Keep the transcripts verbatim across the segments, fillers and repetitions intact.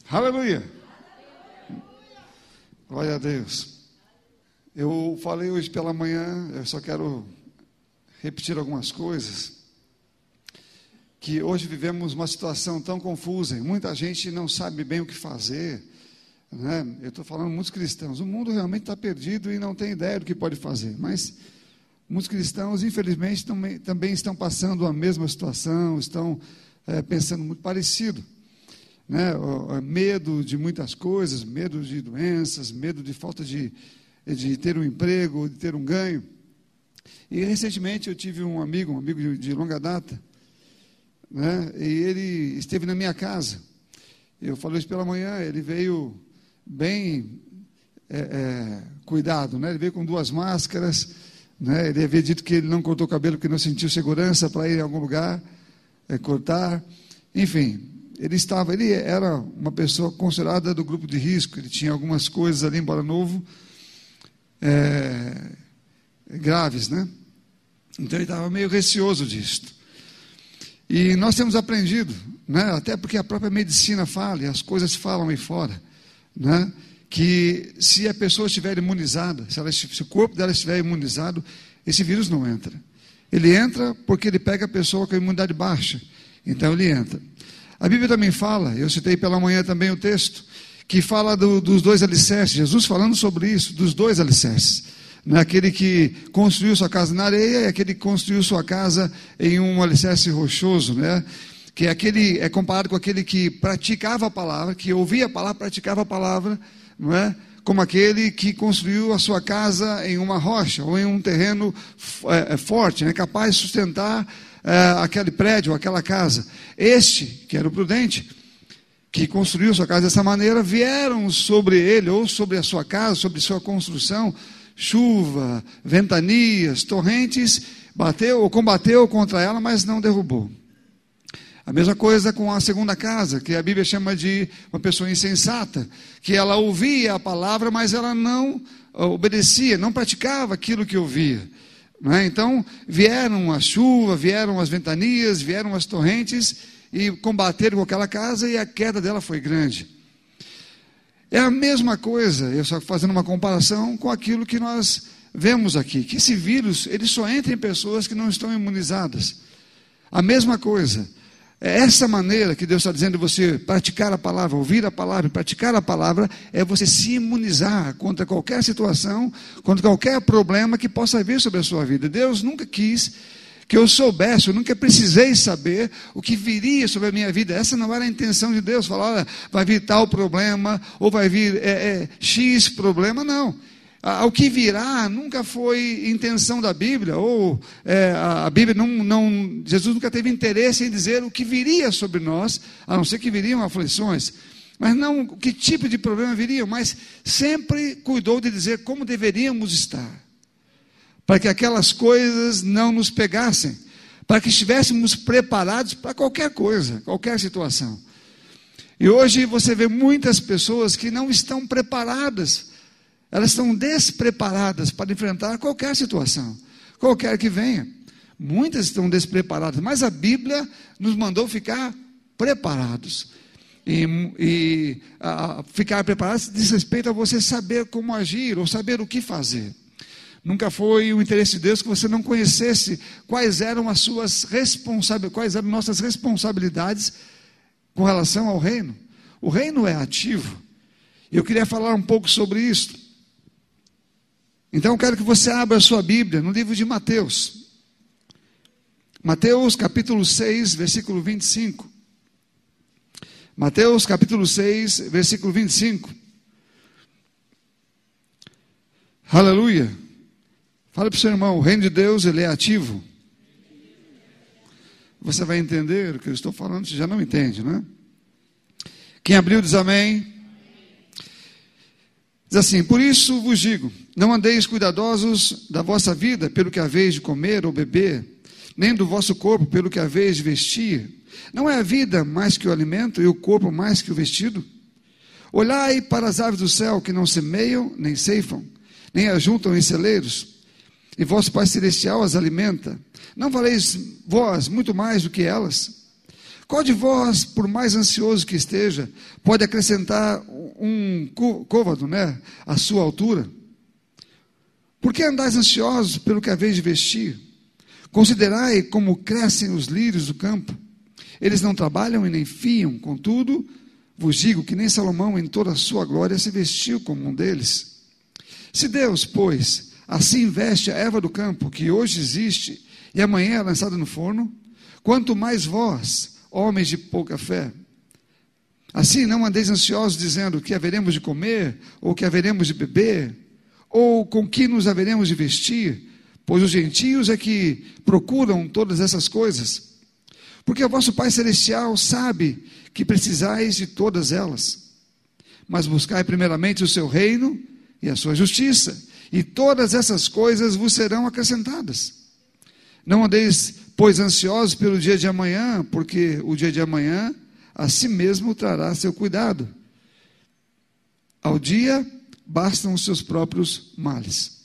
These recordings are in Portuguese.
Aleluia! Glória a Deus. Eu falei hoje pela manhã, eu só quero repetir algumas coisas, que hoje vivemos uma situação tão confusa, e muita gente não sabe bem o que fazer, né? Eu estou falando muitos cristãos, o mundo realmente está perdido e não tem ideia do que pode fazer, mas muitos cristãos, infelizmente, também, também estão passando a mesma situação, estão é, pensando muito parecido, né? O, o, medo de muitas coisas, medo de doenças, medo de falta de, de ter um emprego, de ter um ganho. E recentemente eu tive um amigo, um amigo de, de longa data, né? E ele esteve na minha casa. Eu falei isso pela manhã, ele veio bem é, é, cuidado, né? Ele veio com duas máscaras, né? Ele havia dito que ele não cortou o cabelo porque não sentiu segurança para ir em algum lugar é, cortar. Enfim, ele estava, ele era uma pessoa considerada do grupo de risco. Ele tinha algumas coisas ali em Bora Novo é, graves, né? Então ele estava meio receoso disso. E nós temos aprendido, né, até porque a própria medicina fala, e as coisas falam aí fora, né, que se a pessoa estiver imunizada, se, ela, se o corpo dela estiver imunizado, esse vírus não entra. Ele entra porque ele pega a pessoa com a imunidade baixa, então ele entra. A Bíblia também fala, eu citei pela manhã também o texto, que fala do, dos dois alicerces, Jesus falando sobre isso, dos dois alicerces. Aquele que construiu sua casa na areia e aquele que construiu sua casa em um alicerce rochoso, né? Que é, aquele, é comparado com aquele que praticava a palavra, que ouvia a palavra, praticava a palavra, não é? Como aquele que construiu a sua casa em uma rocha ou em um terreno é, forte, né? Capaz de sustentar é, aquele prédio, aquela casa. Este, que era o prudente, que construiu sua casa dessa maneira, vieram sobre ele ou sobre a sua casa, sobre sua construção, chuva, ventanias, torrentes, bateu ou combateu contra ela, mas não derrubou. A mesma coisa com a segunda casa, que a Bíblia chama de uma pessoa insensata, que ela ouvia a palavra, mas ela não obedecia, não praticava aquilo que ouvia. Não é? Então, vieram a chuva, vieram as ventanias, vieram as torrentes, e combateram com aquela casa, e a queda dela foi grande. É a mesma coisa, eu só fazendo uma comparação com aquilo que nós vemos aqui, que esse vírus, ele só entra em pessoas que não estão imunizadas. A mesma coisa, é essa maneira que Deus está dizendo de você praticar a palavra, ouvir a palavra, praticar a palavra, é você se imunizar contra qualquer situação, contra qualquer problema que possa vir sobre a sua vida. Deus nunca quis que eu soubesse, eu nunca precisei saber o que viria sobre a minha vida. Essa não era a intenção de Deus, falar, olha, vai vir tal problema, ou vai vir é, é, X problema, não. O que virá nunca foi intenção da Bíblia, ou é, a Bíblia não, não, Jesus nunca teve interesse em dizer o que viria sobre nós, a não ser que viriam aflições, mas não que tipo de problema viria, mas sempre cuidou de dizer como deveríamos estar, para que aquelas coisas não nos pegassem, para que estivéssemos preparados para qualquer coisa, qualquer situação. E hoje você vê muitas pessoas que não estão preparadas, elas estão despreparadas para enfrentar qualquer situação, qualquer que venha. Muitas estão despreparadas, mas a Bíblia nos mandou ficar preparados. E, e a, ficar preparados diz respeito a você saber como agir, ou saber o que fazer. Nunca foi o interesse de Deus que você não conhecesse quais eram as suas responsabilidades, quais eram nossas responsabilidades com relação ao reino. O reino é ativo. Eu queria falar um pouco sobre isso. Então eu quero que você abra a sua Bíblia no livro de Mateus. Mateus capítulo seis, versículo vinte e cinco. Mateus capítulo seis, versículo vinte e cinco. Aleluia. Fala para o seu irmão, o reino de Deus, ele é ativo. Você vai entender o que eu estou falando, você já não entende, não é? Quem abriu diz amém. Diz assim, por isso vos digo, não andeis cuidadosos da vossa vida pelo que haveis de comer ou beber, nem do vosso corpo pelo que haveis de vestir. Não é a vida mais que o alimento e o corpo mais que o vestido? Olhai para as aves do céu que não semeiam, nem ceifam, nem ajuntam em celeiros, e vosso Pai Celestial as alimenta. Não valeis vós muito mais do que elas? Qual de vós, por mais ansioso que esteja, pode acrescentar um côvado, né, à sua altura? Por que andais ansiosos pelo que haveis de vestir? Considerai como crescem os lírios do campo. Eles não trabalham e nem fiam, contudo, vos digo que nem Salomão, em toda a sua glória, se vestiu como um deles. Se Deus, pois, assim veste a erva do campo, que hoje existe e amanhã é lançada no forno, quanto mais vós, homens de pouca fé. Assim não andeis ansiosos, dizendo que haveremos de comer, ou que haveremos de beber, ou com que nos haveremos de vestir, pois os gentios é que procuram todas essas coisas. Porque o vosso Pai Celestial sabe que precisais de todas elas. Mas buscai primeiramente o seu reino e a sua justiça, e todas essas coisas vos serão acrescentadas. Não andeis, pois, ansiosos pelo dia de amanhã, porque o dia de amanhã a si mesmo trará seu cuidado. Ao dia bastam os seus próprios males.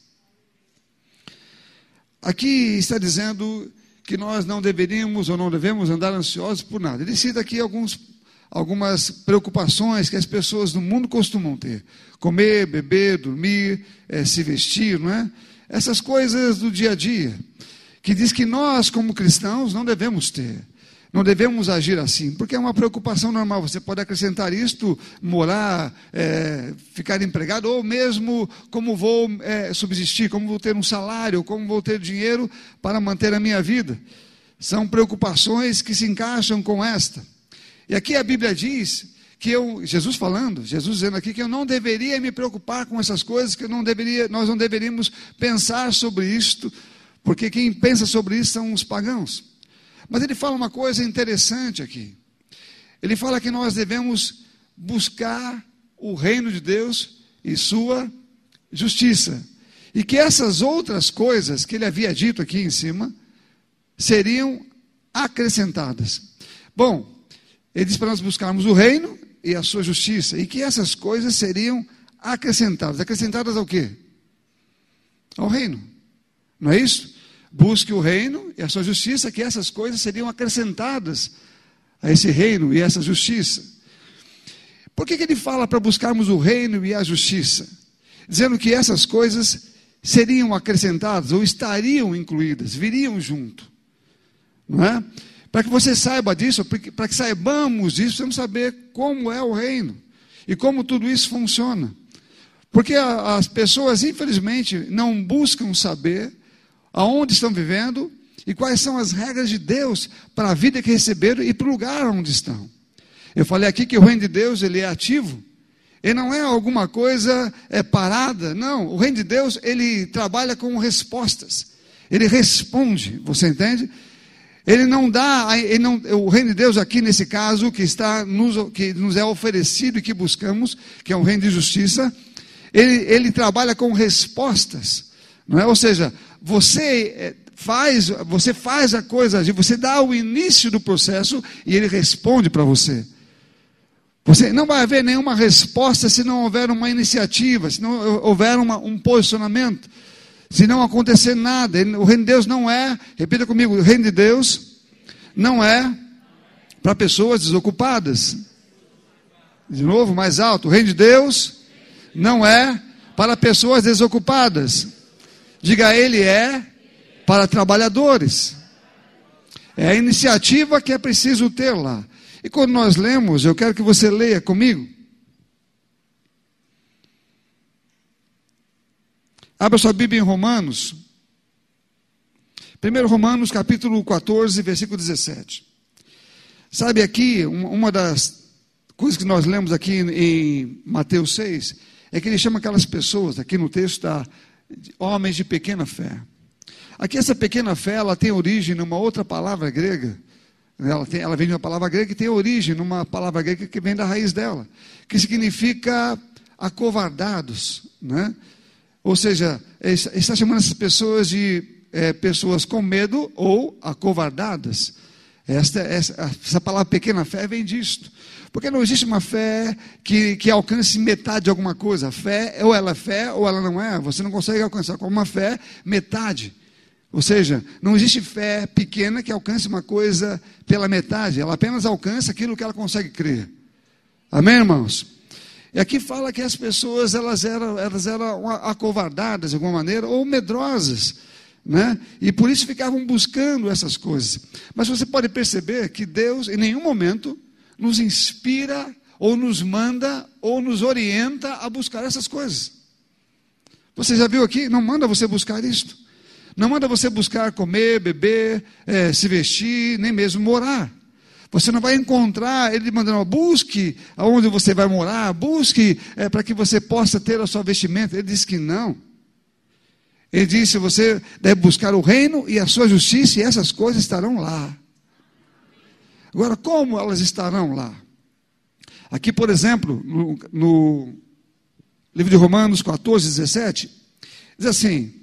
Aqui está dizendo que nós não deveríamos ou não devemos andar ansiosos por nada. Ele cita aqui alguns, algumas preocupações que as pessoas no mundo costumam ter. Comer, beber, dormir, é, se vestir, não é? Essas coisas do dia a dia. Que diz que nós, como cristãos, não devemos ter. Não devemos agir assim, porque é uma preocupação normal. Você pode acrescentar isto, morar, é, ficar empregado, ou mesmo como vou é, subsistir, como vou ter um salário, como vou ter dinheiro para manter a minha vida. São preocupações que se encaixam com esta. E aqui a Bíblia diz que eu, Jesus falando, Jesus dizendo aqui que eu não deveria me preocupar com essas coisas, que eu não deveria, nós não deveríamos pensar sobre isto, porque quem pensa sobre isso são os pagãos. Mas ele fala uma coisa interessante aqui. Ele fala que nós devemos buscar o reino de Deus e sua justiça. E que essas outras coisas que ele havia dito aqui em cima seriam acrescentadas. Bom, ele diz para nós buscarmos o reino e a sua justiça. E que essas coisas seriam acrescentadas. Acrescentadas ao quê? Ao reino. Não é isso? Busque o reino e a sua justiça, que essas coisas seriam acrescentadas a esse reino e essa justiça. Por que que ele fala para buscarmos o reino e a justiça? Dizendo que essas coisas seriam acrescentadas ou estariam incluídas, viriam junto. Não é? Para que você saiba disso, para que saibamos disso, precisamos saber como é o reino e como tudo isso funciona. Porque as pessoas, infelizmente, não buscam saber aonde estão vivendo e quais são as regras de Deus para a vida que receberam e para o lugar onde estão. Eu falei aqui que o reino de Deus, ele é ativo, ele não é alguma coisa é, parada, não, o reino de Deus, ele trabalha com respostas, ele responde, você entende? Ele não dá, ele não, o reino de Deus aqui nesse caso, que, está nos, que nos é oferecido e que buscamos, que é um reino de justiça, ele, ele trabalha com respostas, não é? Ou seja, você faz, você faz a coisa, você dá o início do processo e ele responde para você. Você não vai haver nenhuma resposta se não houver uma iniciativa, se não houver uma, um posicionamento, se não acontecer nada. O reino de Deus não é, repita comigo, o reino de Deus não é para pessoas desocupadas. De novo, mais alto, o reino de Deus não é para pessoas desocupadas. Diga, ele é para trabalhadores. É a iniciativa que é preciso ter lá. E quando nós lemos, eu quero que você leia comigo. Abra sua Bíblia em Romanos. primeiro Romanos, capítulo quatorze, versículo dezessete. Sabe aqui, uma das coisas que nós lemos aqui em Mateus seis, é que ele chama aquelas pessoas, aqui no texto está, homens de pequena fé. Aqui essa pequena fé, ela tem origem numa outra palavra grega. Ela, tem, ela vem de uma palavra grega que tem origem numa palavra grega que vem da raiz dela, que significa acovardados, né? Ou seja, está chamando essas pessoas de é, pessoas com medo ou acovardadas. Esta, essa, essa palavra pequena fé vem disto. Porque não existe uma fé que, que alcance metade de alguma coisa. A fé, ou ela é fé, ou ela não é. Você não consegue alcançar com uma fé metade. Ou seja, não existe fé pequena que alcance uma coisa pela metade. Ela apenas alcança aquilo que ela consegue crer. Amém, irmãos? E aqui fala que as pessoas elas eram, elas eram acovardadas de alguma maneira, ou medrosas, né? E por isso ficavam buscando essas coisas. Mas você pode perceber que Deus em nenhum momento nos inspira, ou nos manda, ou nos orienta a buscar essas coisas. Você já viu aqui? Não manda você buscar isto. Não manda você buscar comer, beber, é, se vestir, nem mesmo morar. Você não vai encontrar ele mandando, busque aonde você vai morar, busque é, para que você possa ter a sua vestimenta. Ele disse que não. Ele disse, você deve buscar o reino e a sua justiça, e essas coisas estarão lá. Agora, como elas estarão lá? Aqui, por exemplo, no, no livro de Romanos quatorze, dezessete, diz assim: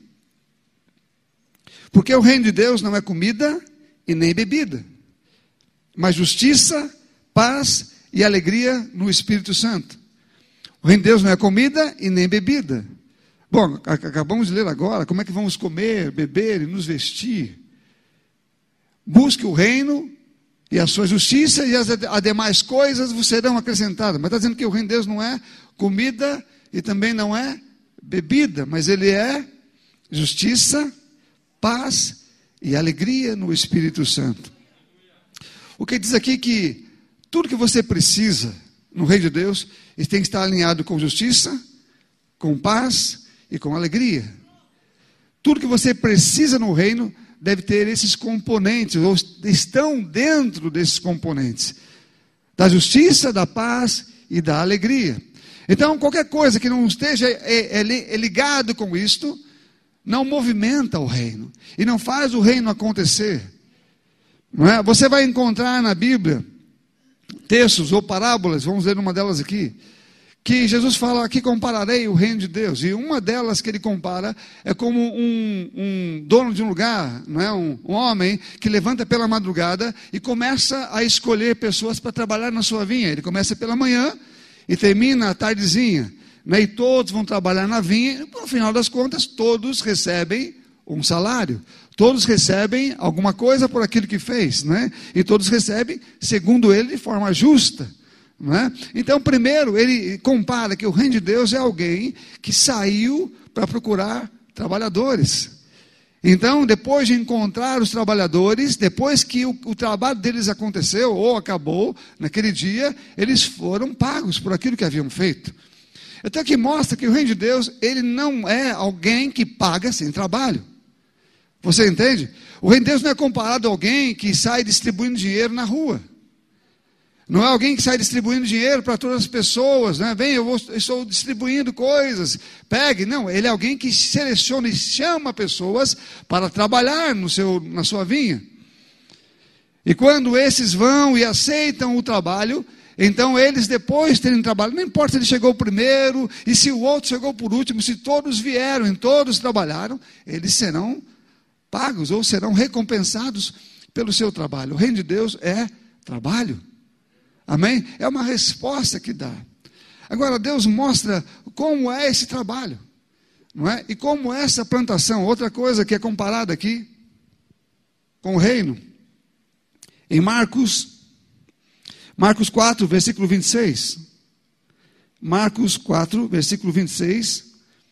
porque o reino de Deus não é comida e nem bebida, mas justiça, paz e alegria no Espírito Santo. O reino de Deus não é comida e nem bebida. Bom, acabamos de ler agora, como é que vamos comer, beber e nos vestir? Busque o reino e a sua justiça, e as, as demais coisas vos serão acrescentadas. Mas está dizendo que o reino de Deus não é comida e também não é bebida, mas ele é justiça, paz e alegria no Espírito Santo. O que diz aqui que tudo que você precisa no reino de Deus, ele tem que estar alinhado com justiça, com paz e com alegria. Tudo que você precisa no reino deve ter esses componentes, ou estão dentro desses componentes, da justiça, da paz e da alegria. Então, qualquer coisa que não esteja é, é, é ligado com isto, não movimenta o reino, e não faz o reino acontecer. Não é? Você vai encontrar na Bíblia textos ou parábolas, vamos ler uma delas aqui, que Jesus fala, aqui compararei o reino de Deus, e uma delas que ele compara é como um, um dono de um lugar, não é? um, um homem que levanta pela madrugada e começa a escolher pessoas para trabalhar na sua vinha. Ele começa pela manhã e termina à tardezinha, né? E todos vão trabalhar na vinha, e no final das contas todos recebem um salário, todos recebem alguma coisa por aquilo que fez, né? E todos recebem, segundo ele, de forma justa. Não é? Então, primeiro, ele compara que o reino de Deus é alguém que saiu para procurar trabalhadores. Então, depois de encontrar os trabalhadores, depois que o, o trabalho deles aconteceu ou acabou, naquele dia, eles foram pagos por aquilo que haviam feito. Então, aqui mostra que o reino de Deus, ele não é alguém que paga sem trabalho. Você entende? O reino de Deus não é comparado a alguém que sai distribuindo dinheiro na rua. Não é alguém que sai distribuindo dinheiro para todas as pessoas, né? Vem, eu, vou, eu estou distribuindo coisas, pegue. Não, ele é alguém que seleciona e chama pessoas para trabalhar no seu, na sua vinha. E quando esses vão e aceitam o trabalho, então eles depois de terem trabalho, não importa se ele chegou primeiro, e se o outro chegou por último, se todos vieram e todos trabalharam, eles serão pagos ou serão recompensados pelo seu trabalho. O reino de Deus é trabalho. Amém? É uma resposta que dá. Agora, Deus mostra como é esse trabalho, não é? E como é essa plantação. Outra coisa que é comparada aqui com o reino. Em Marcos, Marcos quatro, versículo vinte e seis. Marcos quatro, versículo vinte e seis.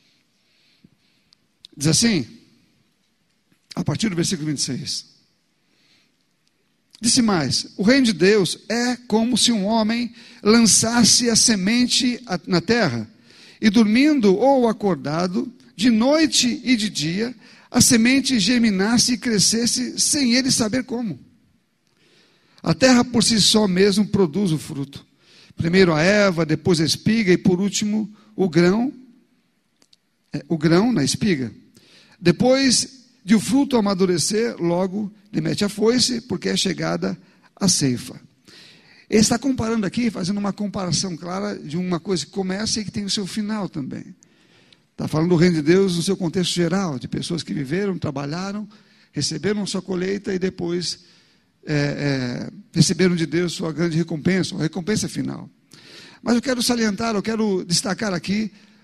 Diz assim, a partir do versículo vinte e seis. Disse mais, o reino de Deus é como se um homem lançasse a semente na terra, e dormindo ou acordado, de noite e de dia, a semente germinasse e crescesse sem ele saber como. A terra por si só mesmo produz o fruto. Primeiro a erva, depois a espiga e por último o grão, o grão na espiga. Depois de o fruto amadurecer, logo lhe mete a foice, porque é chegada a ceifa. Ele está comparando aqui, fazendo uma comparação clara de uma coisa que começa e que tem o seu final também. Está falando do reino de Deus no seu contexto geral, de pessoas que viveram, trabalharam, receberam sua colheita e depois é, é, receberam de Deus sua grande recompensa, a recompensa final. Mas eu quero salientar, eu quero destacar aqui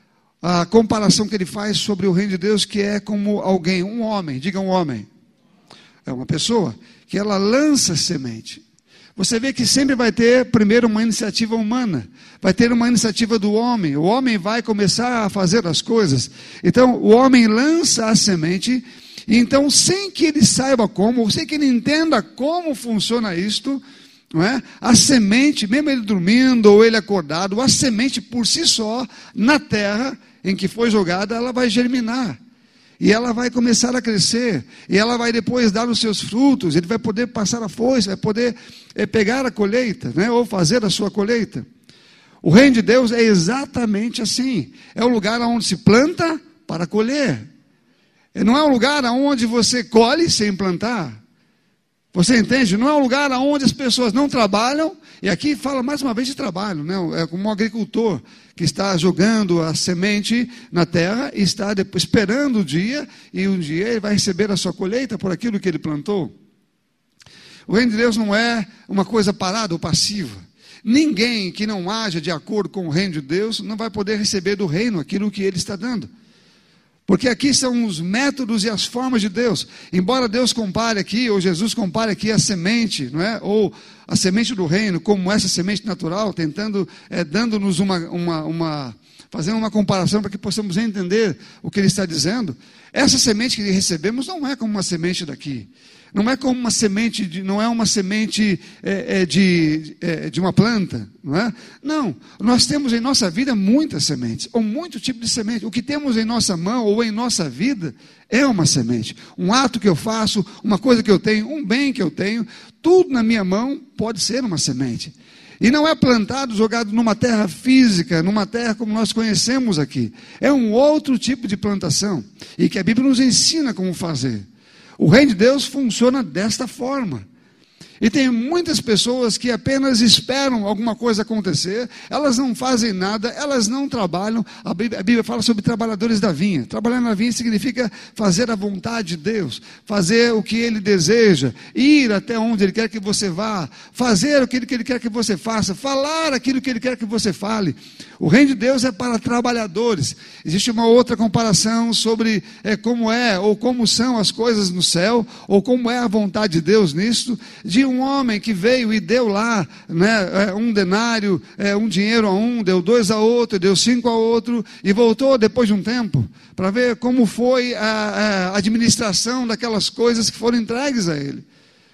a comparação que ele faz sobre o reino de Deus, que é como alguém, um homem, diga um homem, é uma pessoa, que ela lança semente. Você vê que sempre vai ter primeiro uma iniciativa humana, vai ter uma iniciativa do homem, o homem vai começar a fazer as coisas. Então o homem lança a semente, e então sem que ele saiba como, sem que ele entenda como funciona isto, não é? A semente, mesmo ele dormindo ou ele acordado, a semente por si só, na terra em que foi jogada, ela vai germinar. E ela vai começar a crescer. E ela vai depois dar os seus frutos. Ele vai poder passar a foice, vai poder é, pegar a colheita, né? Ou fazer a sua colheita. O reino de Deus é exatamente assim. É um lugar onde se planta para colher. Não é um lugar onde você colhe sem plantar. Você entende? Não é um lugar onde as pessoas não trabalham, e aqui fala mais uma vez de trabalho, né? É como um agricultor que está jogando a semente na terra e está depois esperando o dia, e um dia ele vai receber a sua colheita por aquilo que ele plantou. O reino de Deus não é uma coisa parada ou passiva. Ninguém que não haja de acordo com o reino de Deus não vai poder receber do reino aquilo que ele está dando. Porque aqui são os métodos e as formas de Deus. Embora Deus compare aqui, ou Jesus compare aqui a semente, não é? Ou a semente do reino, como essa semente natural, tentando, é, dando-nos uma, uma, uma, fazendo uma comparação para que possamos entender o que ele está dizendo. Essa semente que recebemos não é como uma semente daqui. Não é como uma semente, de, não é uma semente é, é, de, é, de uma planta, não é? Não, nós temos em nossa vida muitas sementes, ou muito tipo de semente. O que temos em nossa mão ou em nossa vida é uma semente. Um ato que eu faço, uma coisa que eu tenho, um bem que eu tenho, tudo na minha mão pode ser uma semente. E não é plantado, jogado numa terra física, numa terra como nós conhecemos aqui. É um outro tipo de plantação, e que a Bíblia nos ensina como fazer. O reino de Deus funciona desta forma. E tem muitas pessoas que apenas esperam alguma coisa acontecer, elas não fazem nada, elas não trabalham. A Bíblia, a Bíblia fala sobre trabalhadores da vinha. Trabalhar na vinha significa fazer a vontade de Deus, fazer o que Ele deseja, ir até onde Ele quer que você vá, fazer aquilo que Ele quer que você faça, falar aquilo que Ele quer que você fale. O reino de Deus é para trabalhadores. Existe uma outra comparação sobre é, como é ou como são as coisas no céu, ou como é a vontade de Deus nisso, de um homem que veio e deu lá, né, um denário, é, um dinheiro a um, deu dois a outro, deu cinco a outro, e voltou depois de um tempo, para ver como foi a, a administração daquelas coisas que foram entregues a ele.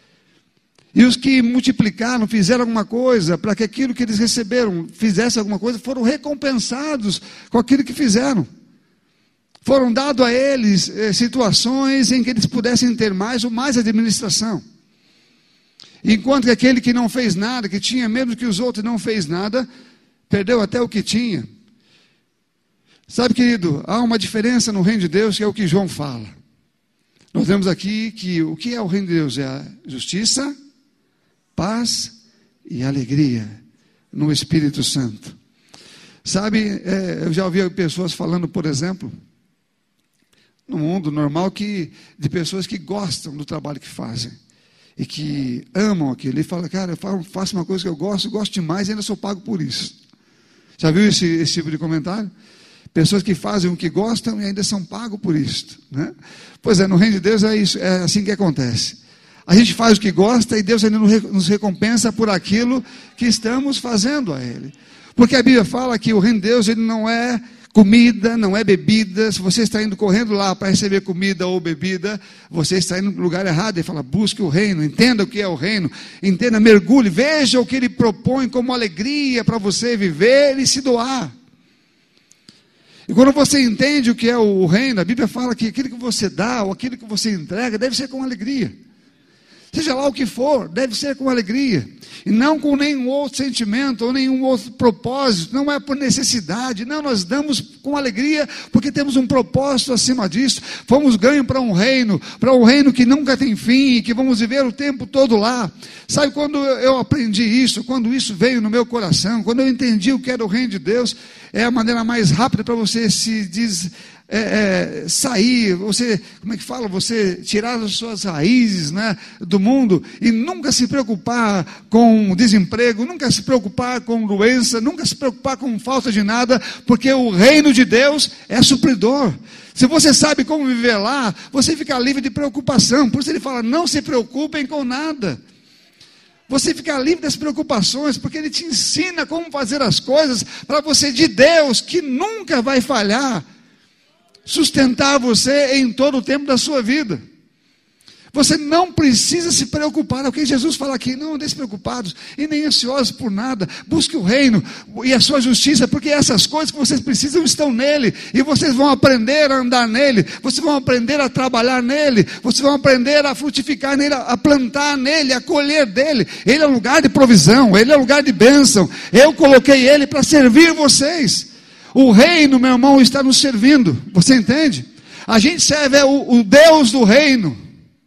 E os que multiplicaram, fizeram alguma coisa, para que aquilo que eles receberam, fizesse alguma coisa, foram recompensados com aquilo que fizeram. Foram dados a eles eh, situações em que eles pudessem ter mais ou mais administração. Enquanto que aquele que não fez nada, que tinha menos que os outros e não fez nada, perdeu até o que tinha. Sabe, querido, há uma diferença no reino de Deus, que é o que João fala. Nós vemos aqui que o que é o reino de Deus? É a justiça, paz e alegria no Espírito Santo. Sabe, é, eu já ouvi pessoas falando, por exemplo, no mundo normal, que, de pessoas que gostam do trabalho que fazem. E que amam aquilo. E fala, cara, eu faço uma coisa que eu gosto, gosto demais e ainda sou pago por isso. Já viu esse, esse tipo de comentário? Pessoas que fazem o que gostam e ainda são pagos por isso, né? Pois é, no reino de Deus é, isso, é assim que acontece. A gente faz o que gosta e Deus ainda nos recompensa por aquilo que estamos fazendo a Ele. Porque a Bíblia fala que o reino de Deus ele não é comida, não é bebida. Se você está indo correndo lá para receber comida ou bebida, você está indo no lugar errado. Ele fala, busque o reino, entenda o que é o reino, entenda, mergulhe, veja o que Ele propõe como alegria para você viver e se doar. E quando você entende o que é o reino, a Bíblia fala que aquilo que você dá, ou aquilo que você entrega, deve ser com alegria. Seja lá o que for, deve ser com alegria. E não com nenhum outro sentimento, ou nenhum outro propósito. Não é por necessidade. Não, nós damos com alegria, porque temos um propósito acima disso. Fomos ganho para um reino, para um reino que nunca tem fim, e que vamos viver o tempo todo lá. Sabe, quando eu aprendi isso, quando isso veio no meu coração, quando eu entendi o que era o reino de Deus, é a maneira mais rápida para você se diz, É, é, sair, você, como é que fala, você tirar as suas raízes, né, do mundo e nunca se preocupar com desemprego, nunca se preocupar com doença, nunca se preocupar com falta de nada, porque o reino de Deus é supridor. Se você sabe como viver lá, você fica livre de preocupação. Por isso ele fala, não se preocupem com nada. Você fica livre das preocupações, porque ele te ensina como fazer as coisas para você de Deus, que nunca vai falhar, sustentar você em todo o tempo da sua vida. Você não precisa se preocupar, é o que Jesus fala aqui, não andem preocupados e nem ansiosos por nada, busque o reino e a sua justiça, porque essas coisas que vocês precisam estão nele, e vocês vão aprender a andar nele, vocês vão aprender a trabalhar nele, vocês vão aprender a frutificar nele, a plantar nele, a colher dele. Ele é um lugar de provisão, ele é um lugar de bênção. Eu coloquei ele para servir vocês. O reino, meu irmão, está nos servindo, você entende? A gente serve é o, o Deus do reino.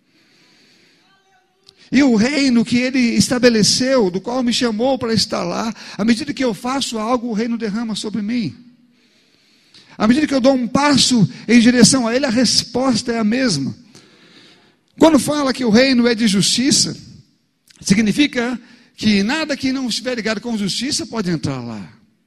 E o reino que ele estabeleceu, do qual me chamou para estar lá, à medida que eu faço algo, o reino derrama sobre mim. À medida que eu dou um passo em direção a ele, a resposta é a mesma. Quando fala que o reino é de justiça, significa que nada que não estiver ligado com justiça pode entrar lá.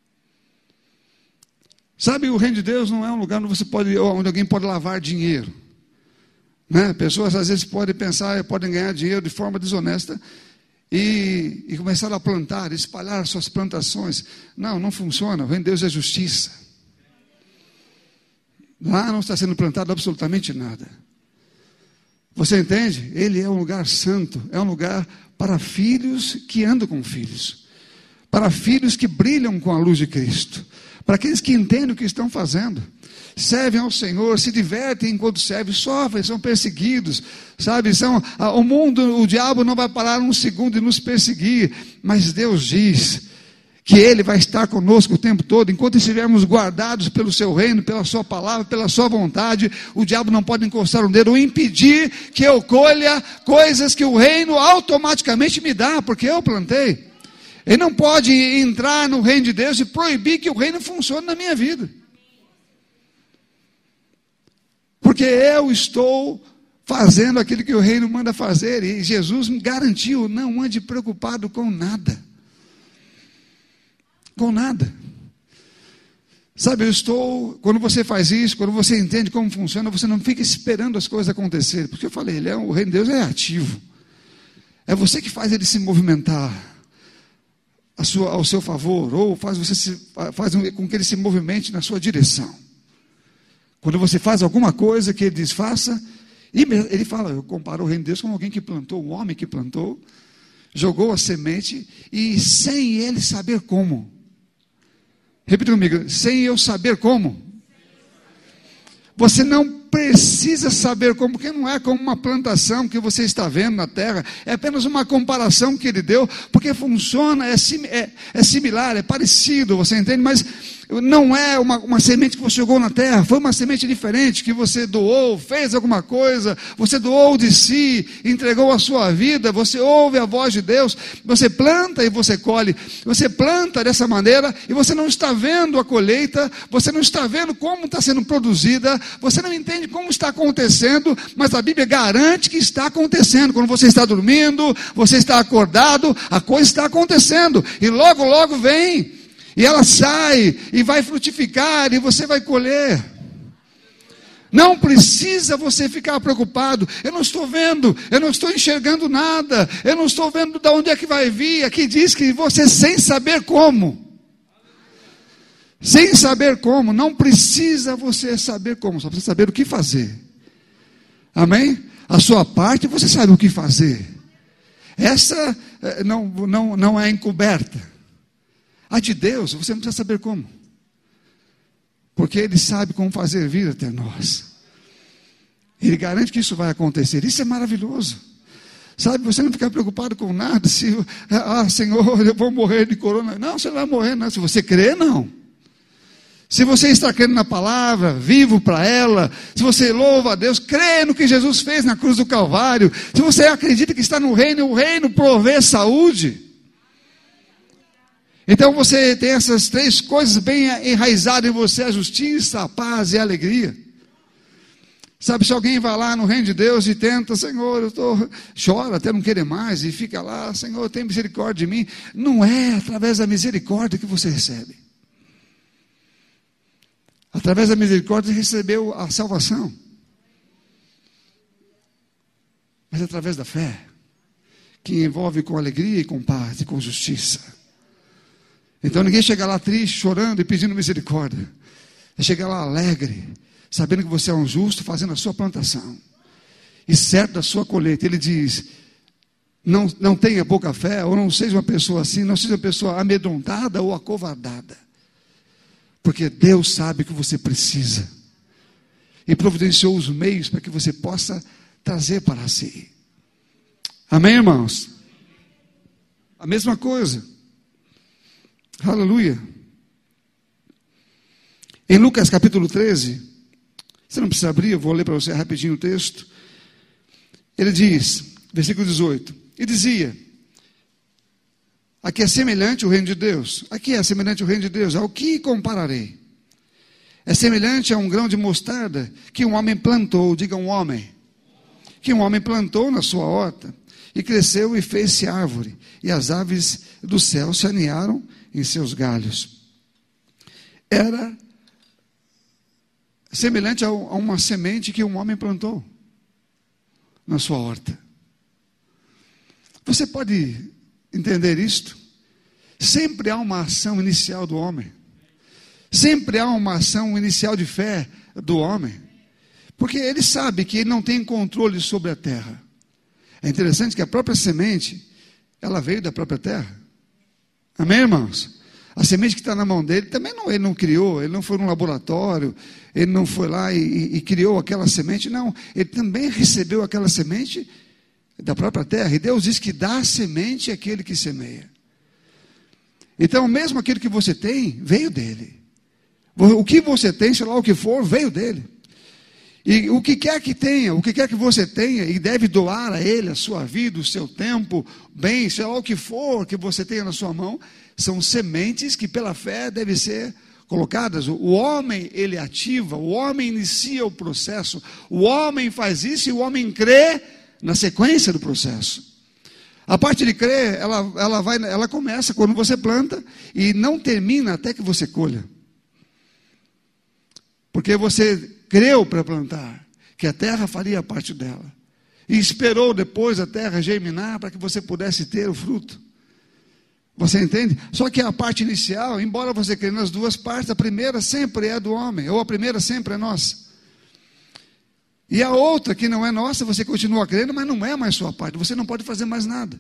Sabe, o reino de Deus não é um lugar onde você pode, onde alguém pode lavar dinheiro. Né? Pessoas às vezes podem pensar, podem ganhar dinheiro de forma desonesta e, e começar a plantar, espalhar suas plantações. Não, não funciona. O reino de Deus é justiça. Lá não está sendo plantado absolutamente nada. Você entende? Ele é um lugar santo, é um lugar para filhos que andam com filhos, para filhos que brilham com a luz de Cristo, para aqueles que entendem o que estão fazendo, servem ao Senhor, se divertem enquanto servem, sofrem, são perseguidos, sabe, são, o mundo, o diabo não vai parar um segundo e nos perseguir, mas Deus diz que Ele vai estar conosco o tempo todo, enquanto estivermos guardados pelo Seu reino, pela Sua palavra, pela Sua vontade. O diabo não pode encostar um dedo ou impedir que eu colha coisas que o reino automaticamente me dá, porque eu plantei. Ele não pode entrar no reino de Deus e proibir que o reino funcione na minha vida. Porque eu estou fazendo aquilo que o reino manda fazer. E Jesus me garantiu, não ande preocupado com nada. Com nada. Sabe, eu estou, quando você faz isso, quando você entende como funciona, você não fica esperando as coisas acontecerem. Porque eu falei, ele é, o reino de Deus é ativo. É você que faz ele se movimentar a sua, ao seu favor, ou faz, você se, faz com que ele se movimente na sua direção. Quando você faz alguma coisa que ele diz, faça, ele fala, eu comparo o reino de Deus com alguém que plantou, um homem que plantou, jogou a semente, e sem ele saber como. Repita comigo, sem eu saber como. Você não precisa saber como, porque não é como uma plantação que você está vendo na terra, é apenas uma comparação que ele deu, porque funciona, é, sim, é, é similar, é parecido, você entende? Mas não é uma, uma semente que você jogou na terra, foi uma semente diferente, que você doou, fez alguma coisa, você doou de si, entregou a sua vida, você ouve a voz de Deus, você planta e você colhe, você planta dessa maneira, e você não está vendo a colheita, você não está vendo como está sendo produzida, você não entende como está acontecendo, mas a Bíblia garante que está acontecendo. Quando você está dormindo, você está acordado, a coisa está acontecendo, e logo, logo vem, e ela sai, e vai frutificar, e você vai colher. Não precisa você ficar preocupado, eu não estou vendo, eu não estou enxergando nada, eu não estou vendo de onde é que vai vir. Aqui diz que você, sem saber como, sem saber como, não precisa você saber como, só precisa saber o que fazer. Amém? A sua parte você sabe o que fazer. Essa não, não, não é encoberta. A de Deus você não precisa saber como, porque Ele sabe como fazer vir até nós. Ele garante que isso vai acontecer. Isso é maravilhoso. Sabe, você não fica preocupado com nada. Se, ah, Senhor, eu vou morrer de corona. Não, você não vai morrer, não. Se você crer, não. Se você está crendo na palavra, vivo para ela, se você louva a Deus, crê no que Jesus fez na cruz do Calvário, se você acredita que está no reino, o reino provê saúde. Então você tem essas três coisas bem enraizadas em você: a justiça, a paz e a alegria. Sabe, se alguém vai lá no reino de Deus e tenta, Senhor, eu estou, chora até não querer mais, e fica lá, Senhor, tem misericórdia de mim. Não é através da misericórdia que você recebe. Através da misericórdia você recebeu a salvação. Mas através da fé, que envolve com alegria e com paz e com justiça. Então ninguém chega lá triste, chorando e pedindo misericórdia. É chegar lá alegre, sabendo que você é um justo, fazendo a sua plantação e certo da sua colheita. Ele diz: não, não tenha pouca fé, ou não seja uma pessoa assim, não seja uma pessoa amedrontada ou acovardada, porque Deus sabe que você precisa e providenciou os meios para que você possa trazer para si. Amém, irmãos? A mesma coisa. Aleluia. Em Lucas capítulo treze, você não precisa abrir, eu vou ler para você rapidinho o texto. Ele diz, versículo dezoito, e dizia: aqui é semelhante o reino de Deus. Aqui é semelhante o reino de Deus. Ao que compararei? É semelhante a um grão de mostarda que um homem plantou, diga um homem, que um homem plantou na sua horta, e cresceu e fez-se árvore, e as aves do céu se aninharam em seus galhos. Era semelhante a uma semente que um homem plantou na sua horta. Você pode entender isto? Sempre há uma ação inicial do homem. Sempre há uma ação inicial de fé do homem. Porque ele sabe que ele não tem controle sobre a terra. É interessante que a própria semente, ela veio da própria terra. Amém, irmãos? A semente que está na mão dele, também não, ele não criou, ele não foi num laboratório, ele não foi lá e, e, e criou aquela semente, não. Ele também recebeu aquela semente da própria terra. E Deus diz que dá a semente àquele que semeia. Então, mesmo aquilo que você tem, veio dele. O que você tem, sei lá o que for, veio dele. E o que quer que tenha, o que quer que você tenha, e deve doar a ele a sua vida, o seu tempo, bem, sei lá o que for que você tenha na sua mão, são sementes que pela fé devem ser colocadas. O homem, ele ativa, o homem inicia o processo, o homem faz isso e o homem crê na sequência do processo. A parte de crer, ela, ela, vai, ela começa quando você planta e não termina até que você colha. Porque você creu para plantar, que a terra faria parte dela. E esperou depois a terra germinar para que você pudesse ter o fruto. Você entende? Só que a parte inicial, embora você creia nas duas partes, a primeira sempre é do homem, ou a primeira sempre é nossa. E a outra que não é nossa, você continua crendo, mas não é mais sua parte. Você não pode fazer mais nada.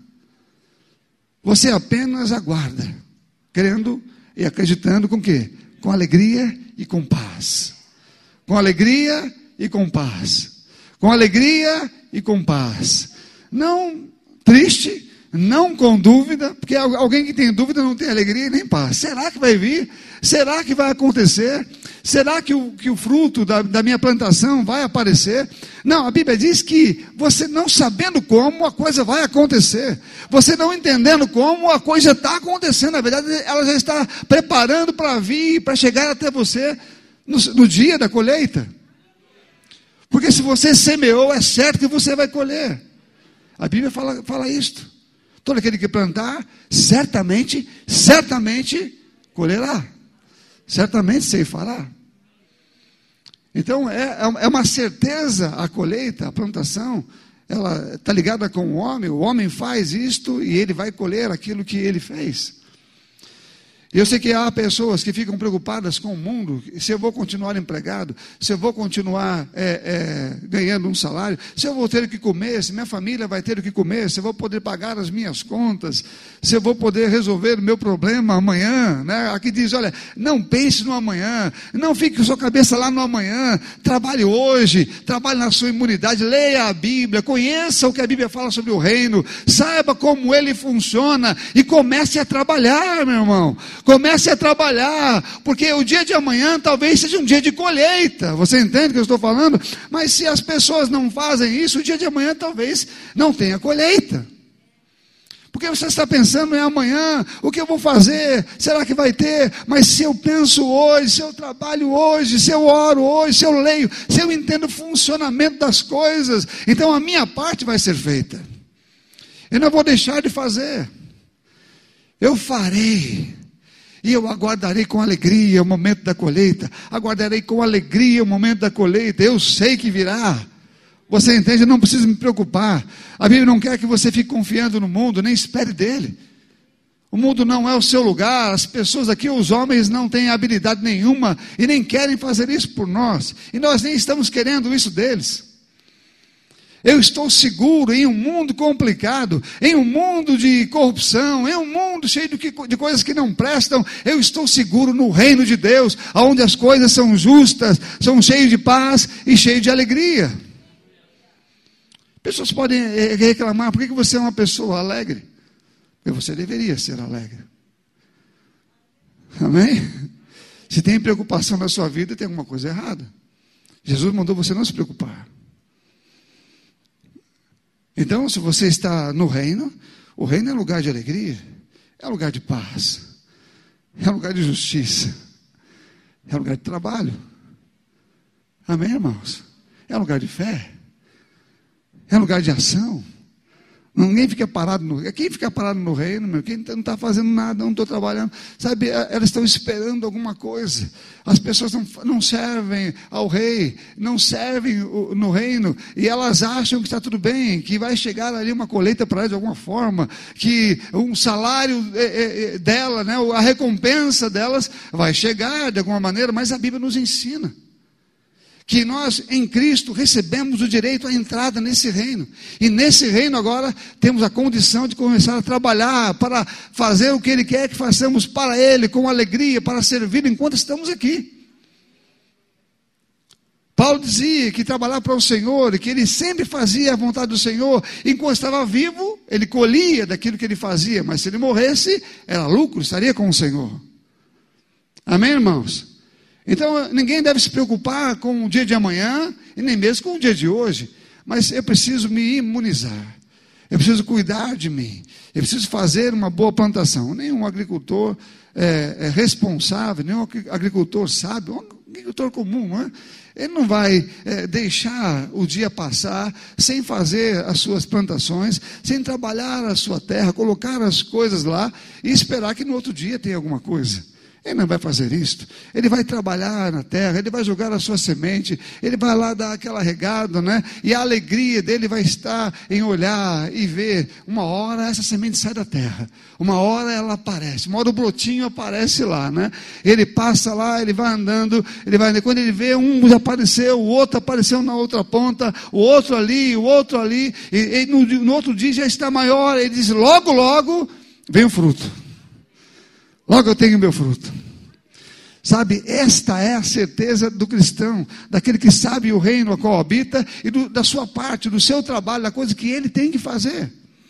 Você apenas aguarda, crendo e acreditando com o quê? Com alegria e com paz. Com alegria e com paz. Com alegria e com paz. Não triste, não com dúvida, porque alguém que tem dúvida não tem alegria nem paz. Será que vai vir? Será que vai acontecer? Será que o, que o fruto da, da minha plantação vai aparecer? Não, a Bíblia diz que você não sabendo como, a coisa vai acontecer. Você não entendendo como, a coisa está acontecendo. Na verdade, ela já está preparando para vir, para chegar até você no, no dia da colheita. Porque se você semeou, é certo que você vai colher. A Bíblia fala, fala isto. Todo aquele que plantar, certamente, certamente colherá. Certamente ceifará. Então é, é uma certeza a colheita, a plantação, ela está ligada com o homem. O homem faz isto e ele vai colher aquilo que ele fez. Eu sei que há pessoas que ficam preocupadas com o mundo, se eu vou continuar empregado, se eu vou continuar é, é, ganhando um salário, se eu vou ter o que comer, se minha família vai ter o que comer, se eu vou poder pagar as minhas contas, se eu vou poder resolver o meu problema amanhã, né? Aqui diz, olha, não pense no amanhã, não fique com sua cabeça lá no amanhã, trabalhe hoje, trabalhe na sua imunidade, leia a Bíblia, conheça o que a Bíblia fala sobre o reino, saiba como ele funciona e comece a trabalhar, meu irmão. Comece a trabalhar, porque o dia de amanhã talvez seja um dia de colheita. Você entende o que eu estou falando? Mas se as pessoas não fazem isso, o dia de amanhã talvez não tenha colheita. Porque você está pensando em amanhã, o que eu vou fazer? Será que vai ter? Mas se eu penso hoje, se eu trabalho hoje, se eu oro hoje, se eu leio, se eu entendo o funcionamento das coisas, então a minha parte vai ser feita. Eu não vou deixar de fazer. Eu farei. E eu aguardarei com alegria o momento da colheita. Aguardarei com alegria o momento da colheita. Eu sei que virá. Você entende? Eu não preciso me preocupar. A Bíblia não quer que você fique confiando no mundo, nem espere dele. O mundo não é o seu lugar. As pessoas aqui, os homens, não têm habilidade nenhuma e nem querem fazer isso por nós. E nós nem estamos querendo isso deles. Eu estou seguro em um mundo complicado, em um mundo de corrupção, em um mundo cheio de, de coisas que não prestam. Eu estou seguro no reino de Deus, onde as coisas são justas, são cheias de paz e cheias de alegria. Pessoas podem reclamar: por que você é uma pessoa alegre? Porque você deveria ser alegre. Amém? Se tem preocupação na sua vida, tem alguma coisa errada. Jesus mandou você não se preocupar. Então, se você está no reino, o reino é lugar de alegria, é lugar de paz, é lugar de justiça, é lugar de trabalho. Amém, irmãos? É lugar de fé. É lugar de ação. Ninguém fica parado no... Quem fica parado no reino, meu? Quem não está fazendo nada, não estou trabalhando. Sabe, elas estão esperando alguma coisa. As pessoas não, não servem ao rei, não servem no reino, e elas acham que está tudo bem, que vai chegar ali uma colheita para elas de alguma forma, que um salário dela, né, a recompensa delas vai chegar de alguma maneira, mas a Bíblia nos ensina que nós em Cristo recebemos o direito à entrada nesse reino, e nesse reino agora temos a condição de começar a trabalhar para fazer o que Ele quer que façamos para Ele, com alegria, para servir enquanto estamos aqui. Paulo dizia que trabalhava para o Senhor, e que ele sempre fazia a vontade do Senhor. Enquanto estava vivo, ele colhia daquilo que ele fazia, mas se ele morresse, era lucro, estaria com o Senhor. Amém, irmãos? Então, ninguém deve se preocupar com o dia de amanhã, e nem mesmo com o dia de hoje. Mas eu preciso me imunizar. Eu preciso cuidar de mim. Eu preciso fazer uma boa plantação. Nenhum agricultor é, é responsável, nenhum agricultor sábio, um agricultor comum, não é? Ele não vai é, deixar o dia passar sem fazer as suas plantações, sem trabalhar a sua terra, colocar as coisas lá e esperar que no outro dia tenha alguma coisa. Ele não vai fazer isso. Ele vai trabalhar na terra, ele vai jogar a sua semente, ele vai lá dar aquela regada, né? E a alegria dele vai estar em olhar e ver. Uma hora essa semente sai da terra, uma hora ela aparece, uma hora o brotinho aparece lá, né? Ele passa lá, ele vai andando, ele vai, quando ele vê, um já apareceu, o outro apareceu na outra ponta, o outro ali, o outro ali, e, e no, no outro dia já está maior. Ele diz: logo, logo vem o fruto. Logo eu tenho meu fruto. Sabe, esta é a certeza do cristão, daquele que sabe o reino a qual habita, e do, da sua parte, do seu trabalho, da coisa que ele tem que fazer.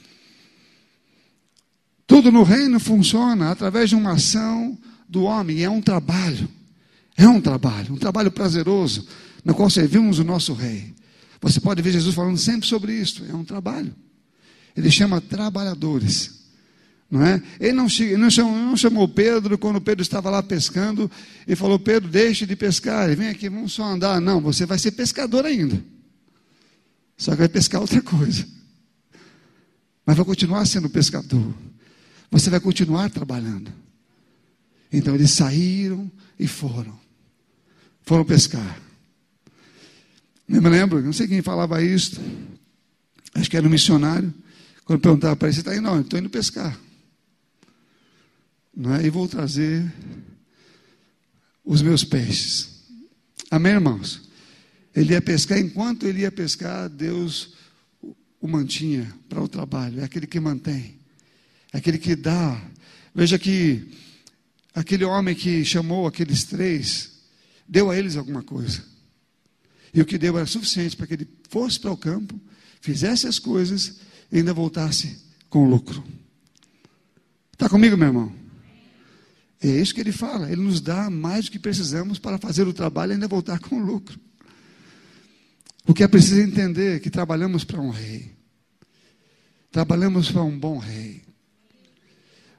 Tudo no reino funciona através de uma ação do homem, e é um trabalho, é um trabalho, um trabalho prazeroso, no qual servimos o nosso rei. Você pode ver Jesus falando sempre sobre isso, é um trabalho. Ele chama trabalhadores. Não é? Ele não, não, chamou, não chamou Pedro quando Pedro estava lá pescando e falou: Pedro, deixe de pescar, vem aqui, vamos só andar. Não, você vai ser pescador ainda, só que vai pescar outra coisa, mas vai continuar sendo pescador, você vai continuar trabalhando. Então eles saíram e foram foram pescar. Eu me lembro, não sei quem falava isso, acho que era um missionário. Quando perguntava para ele: você está indo? Não, eu estou indo pescar. Não é? E vou trazer os meus peixes. Amém, irmãos? Ele ia pescar, enquanto ele ia pescar, Deus o mantinha para o trabalho. É aquele que mantém, é aquele que dá. Veja que aquele homem que chamou aqueles três, deu a eles alguma coisa. E o que deu era suficiente para que ele fosse para o campo, fizesse as coisas e ainda voltasse com lucro. Está comigo, meu irmão? É isso que ele fala. Ele nos dá mais do que precisamos para fazer o trabalho e ainda voltar com lucro. O que é preciso entender é que trabalhamos para um rei. Trabalhamos para um bom rei.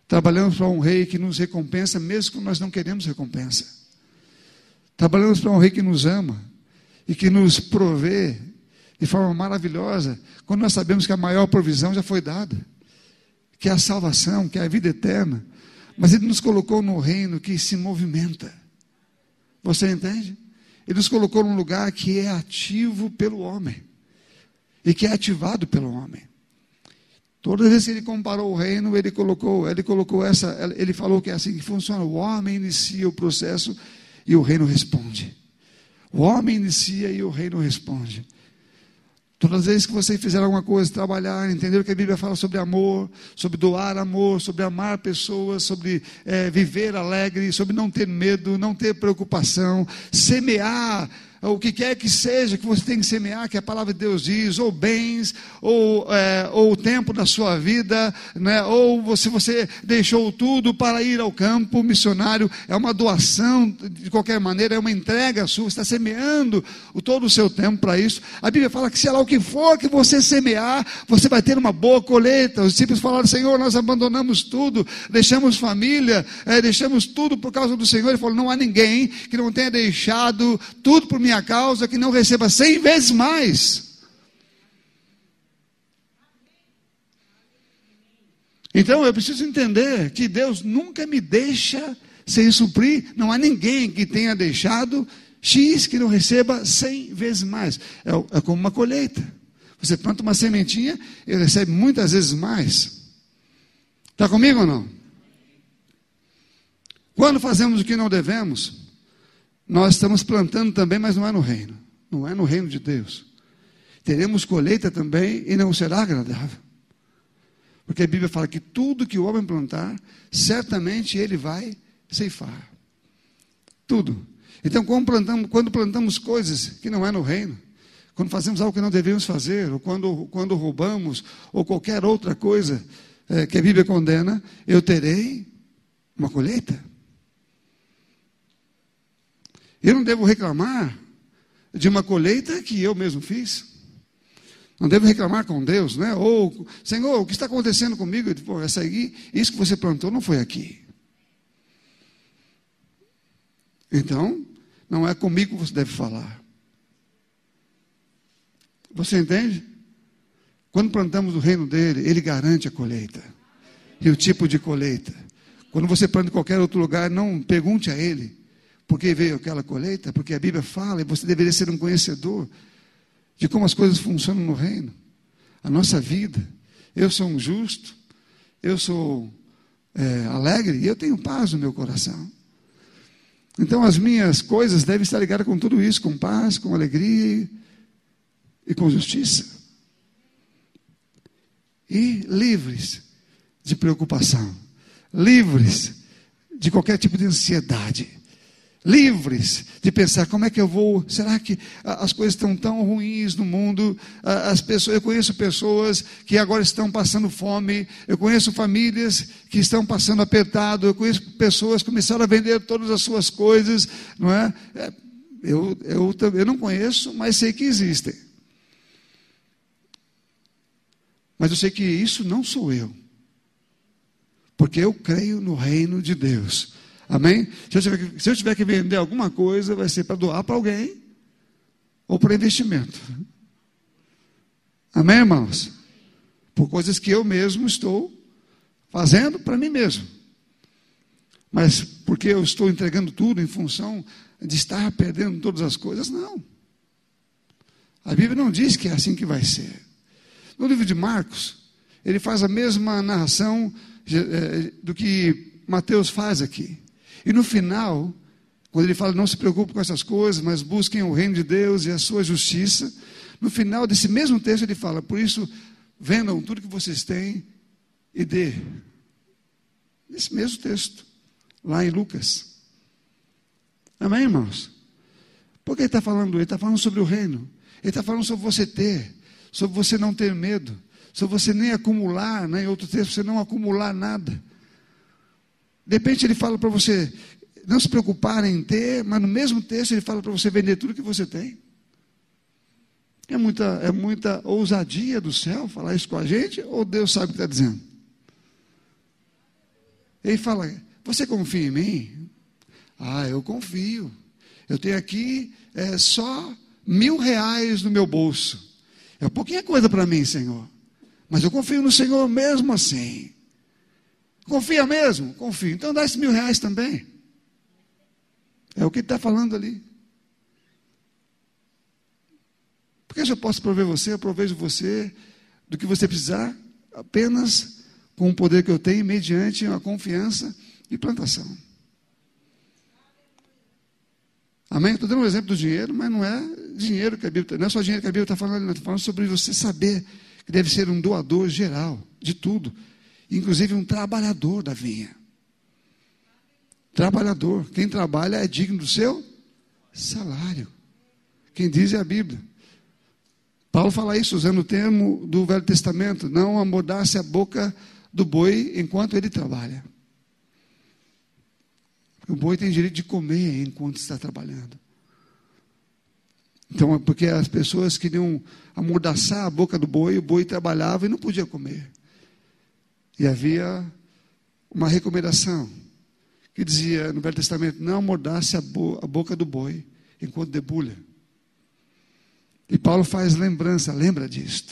Trabalhamos para um rei que nos recompensa, mesmo quando nós não queremos recompensa. Trabalhamos para um rei que nos ama e que nos provê de forma maravilhosa, quando nós sabemos que a maior provisão já foi dada, que é a salvação, que é a vida eterna. Mas Ele nos colocou no reino que se movimenta. Você entende? Ele nos colocou num lugar que é ativo pelo homem e que é ativado pelo homem. Todas as vezes que ele comparou o reino, ele colocou, ele colocou essa, ele falou que é assim que funciona. O homem inicia o processo e o reino responde. O homem inicia e o reino responde. Todas as vezes que você fizer alguma coisa, trabalhar, entender o que a Bíblia fala sobre amor, sobre doar amor, sobre amar pessoas, sobre é, viver alegre, sobre não ter medo, não ter preocupação, semear o que quer que seja que você tem que semear, que a palavra de Deus diz, ou bens, ou, é, ou o tempo da sua vida, né? Ou você, você deixou tudo para ir ao campo missionário, é uma doação, de qualquer maneira, é uma entrega sua, você está semeando o, todo o seu tempo para isso. A Bíblia fala que, sei lá, o que for que você semear, você vai ter uma boa colheita. Os discípulos falaram: Senhor, nós abandonamos tudo, deixamos família, é, deixamos tudo por causa do Senhor. Ele falou: não há ninguém que não tenha deixado tudo por minha causa, que não receba cem vezes mais. Então eu preciso entender que Deus nunca me deixa sem suprir. Não há ninguém que tenha deixado X que não receba cem vezes mais. É, é como uma colheita. Você planta uma sementinha e recebe muitas vezes mais. Está comigo ou não? Quando fazemos o que não devemos, nós estamos plantando também, mas não é no reino. Não é no reino de Deus. Teremos colheita também e não será agradável. Porque a Bíblia fala que tudo que o homem plantar, certamente ele vai ceifar. Tudo. Então, quando plantamos, quando plantamos coisas que não é no reino, quando fazemos algo que não devemos fazer, ou quando, quando roubamos, ou qualquer outra coisa é, que a Bíblia condena, eu terei uma colheita. Eu não devo reclamar de uma colheita que eu mesmo fiz. Não devo reclamar com Deus, né? Ou, Senhor, o que está acontecendo comigo? Eu digo, pô, essa aí, isso que você plantou não foi aqui. Então, não é comigo que você deve falar. Você entende? Quando plantamos o reino dele, ele garante a colheita. E o tipo de colheita. Quando você planta em qualquer outro lugar, não pergunte a ele por que veio aquela colheita, porque a Bíblia fala, e você deveria ser um conhecedor de como as coisas funcionam no reino. A nossa vida. Eu sou um justo, eu sou é, alegre, e eu tenho paz no meu coração. Então as minhas coisas devem estar ligadas com tudo isso, com paz, com alegria e com justiça. E livres de preocupação, livres de qualquer tipo de ansiedade, livres de pensar: como é que eu vou, será que as coisas estão tão ruins no mundo? As pessoas, eu conheço pessoas que agora estão passando fome, eu conheço famílias que estão passando apertado, eu conheço pessoas que começaram a vender todas as suas coisas, não é? Eu, eu, eu não conheço, mas sei que existem. Mas eu sei que isso não sou eu, porque eu creio no reino de Deus. Amém? Se eu, tiver que, se eu tiver que vender alguma coisa, vai ser para doar para alguém ou para investimento. Amém, irmãos? Por coisas que eu mesmo estou fazendo para mim mesmo. Mas porque eu estou entregando tudo em função de estar perdendo todas as coisas? Não. A Bíblia não diz que é assim que vai ser. No livro de Marcos, ele faz a mesma narração do que Mateus faz aqui. E no final, quando ele fala: não se preocupe com essas coisas, mas busquem o reino de Deus e a sua justiça, no final desse mesmo texto ele fala: por isso, vendam tudo que vocês têm e dê. Nesse mesmo texto, lá em Lucas. Amém, irmãos? Por que ele está falando? Ele está falando sobre o reino. Ele está falando sobre você ter, sobre você não ter medo, sobre você nem acumular, né? Em outro texto, você não acumular nada. De repente ele fala para você não se preocupar em ter, mas no mesmo texto ele fala para você vender tudo que você tem. É muita, é muita ousadia do céu falar isso com a gente, ou Deus sabe o que está dizendo? Ele fala, você confia em mim? Ah, eu confio. Eu tenho aqui é, só mil reais no meu bolso. É pouquinha coisa para mim, Senhor. Mas eu confio no Senhor mesmo assim. Confia mesmo? Confio. Então dá esses mil reais também. É o que ele está falando ali. Porque se eu posso prover você, eu provejo você do que você precisar, apenas com o poder que eu tenho, mediante uma confiança e plantação. Amém? Estou dando um exemplo do dinheiro, mas não é dinheiro que a Bíblia, não é só dinheiro que a Bíblia está falando, ela está falando sobre você saber que deve ser um doador geral, de tudo, inclusive um trabalhador da vinha. Trabalhador, quem trabalha é digno do seu salário. Quem diz é a Bíblia. Paulo fala isso usando o termo do Velho Testamento, não amordace a boca do boi enquanto ele trabalha. O boi tem direito de comer enquanto está trabalhando. Então, porque as pessoas queriam amordaçar a boca do boi, o boi trabalhava e não podia comer. E havia uma recomendação que dizia no Velho Testamento, não amordace a, bo a boca do boi enquanto debulha. E Paulo faz lembrança, lembra disto.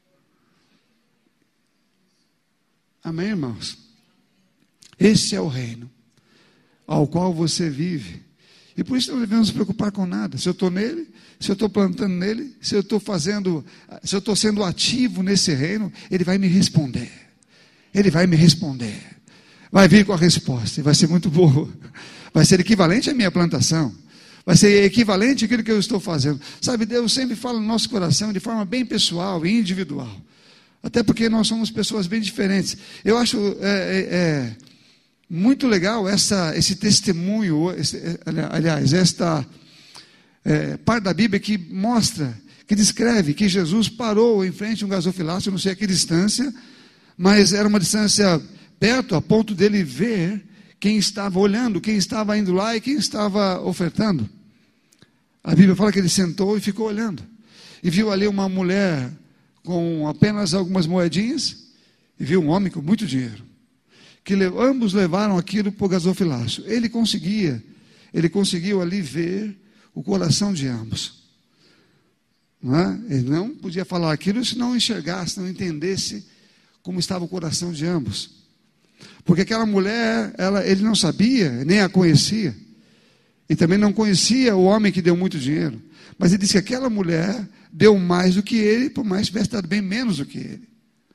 Amém, irmãos? Esse é o reino ao qual você vive. E por isso não devemos nos preocupar com nada. Se eu estou nele, se eu estou plantando nele, se eu estou fazendo, se eu estou sendo ativo nesse reino, ele vai me responder. Ele vai me responder. Vai vir com a resposta e vai ser muito boa. Vai ser equivalente à minha plantação. Vai ser equivalente àquilo que eu estou fazendo. Sabe, Deus sempre fala no nosso coração de forma bem pessoal e individual. Até porque nós somos pessoas bem diferentes. Eu acho é, é, é, muito legal essa, esse testemunho, esse, aliás, esta é, parte da Bíblia que mostra, que descreve que Jesus parou em frente a um gasofilácio, não sei a que distância, mas era uma distância perto, a ponto dele ver quem estava olhando, quem estava indo lá e quem estava ofertando. A Bíblia fala que ele sentou e ficou olhando. E viu ali uma mulher com apenas algumas moedinhas, e viu um homem com muito dinheiro. Que ambos levaram aquilo para o gasofilácio. Ele conseguia, ele conseguiu ali ver o coração de ambos. Não é? Ele não podia falar aquilo se não enxergasse, não entendesse como estava o coração de ambos. Porque aquela mulher, ela, ele não sabia, nem a conhecia. E também não conhecia o homem que deu muito dinheiro. Mas ele disse que aquela mulher deu mais do que ele, por mais que tivesse dado bem menos do que ele.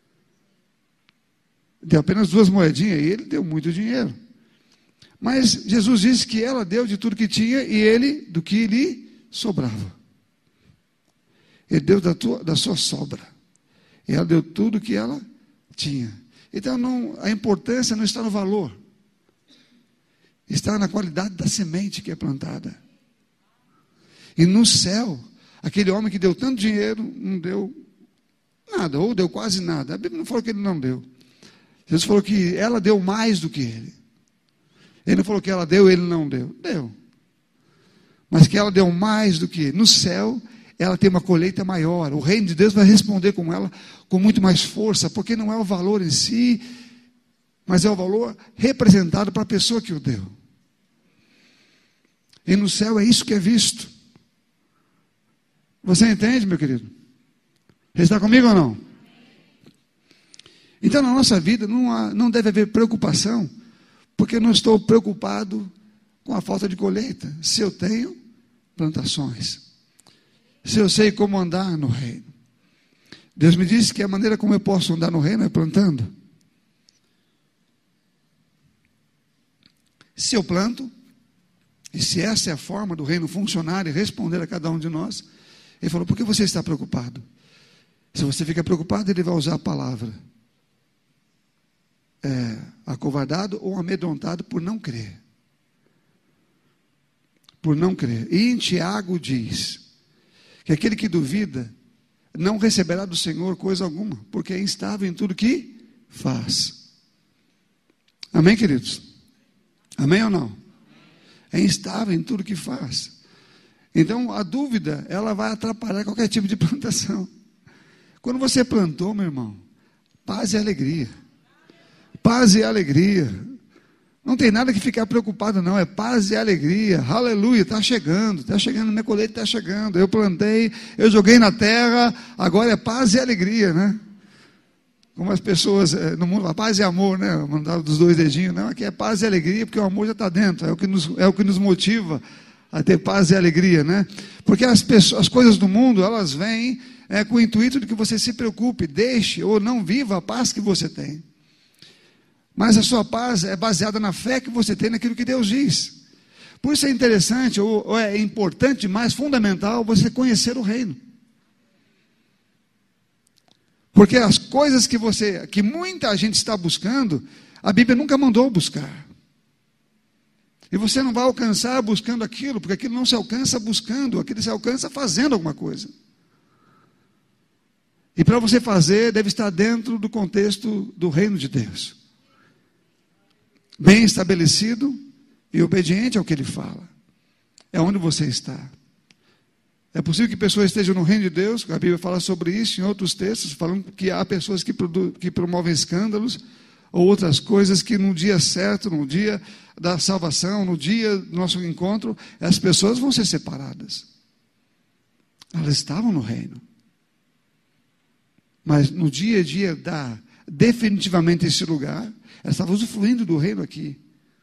Deu apenas duas moedinhas e ele deu muito dinheiro. Mas Jesus disse que ela deu de tudo que tinha e ele do que lhe sobrava. Ele deu da, tua, da sua sobra. E ela deu tudo que ela tinha. Então não, a importância não está no valor. Está na qualidade da semente que é plantada. E no céu, aquele homem que deu tanto dinheiro, não deu nada, ou deu quase nada. A Bíblia não falou que ele não deu. Jesus falou que ela deu mais do que ele. Ele não falou que ela deu, ele não deu. Deu. Mas que ela deu mais do que ele. No céu, ela tem uma colheita maior. O reino de Deus vai responder com ela com muito mais força, porque não é o valor em si, mas é o valor representado para a pessoa que o deu. E no céu é isso que é visto. Você entende, meu querido? Você está comigo ou não? Então, na nossa vida, não, há, não deve haver preocupação, porque eu não estou preocupado com a falta de colheita. Se eu tenho plantações, se eu sei como andar no reino. Deus me disse que a maneira como eu posso andar no reino é plantando. Se eu planto, e se essa é a forma do reino funcionar e responder a cada um de nós, ele falou, por que você está preocupado? Se você fica preocupado, ele vai usar a palavra. É, acovardado ou amedrontado por não crer. Por não crer. E em Tiago diz que aquele que duvida não receberá do Senhor coisa alguma, porque é instável em tudo que faz. Amém, queridos? Amém ou não? É instável em tudo que faz. Então, a dúvida, ela vai atrapalhar qualquer tipo de plantação. Quando você plantou, meu irmão, paz e alegria. Paz e alegria. Não tem nada que ficar preocupado, não. É paz e alegria. Aleluia, está chegando, está chegando, minha colheita está chegando. Eu plantei, eu joguei na terra, agora é paz e alegria, né? Como as pessoas no mundo, paz e amor, né? Mandava dos dois dedinhos, não, aqui é paz e alegria, porque o amor já está dentro, é o que nos, é o que nos motiva a ter paz e alegria, né? Porque as, pessoas, as coisas do mundo, elas vêm é, com o intuito de que você se preocupe, deixe ou não viva a paz que você tem. Mas a sua paz é baseada na fé que você tem naquilo que Deus diz. Por isso é interessante, ou, ou é importante, mais fundamental, você conhecer o reino. Porque as coisas que você, que muita gente está buscando, a Bíblia nunca mandou buscar. E você não vai alcançar buscando aquilo, porque aquilo não se alcança buscando, aquilo se alcança fazendo alguma coisa. E para você fazer, deve estar dentro do contexto do reino de Deus. Bem estabelecido e obediente ao que Ele fala. É onde você está. É possível que pessoas estejam no reino de Deus, a Bíblia fala sobre isso em outros textos, falando que há pessoas que, produ- que promovem escândalos, ou outras coisas que no dia certo, no dia da salvação, no dia do nosso encontro, as pessoas vão ser separadas. Elas estavam no reino. Mas no dia a dia da definitivamente esse lugar, elas estavam usufruindo do reino aqui.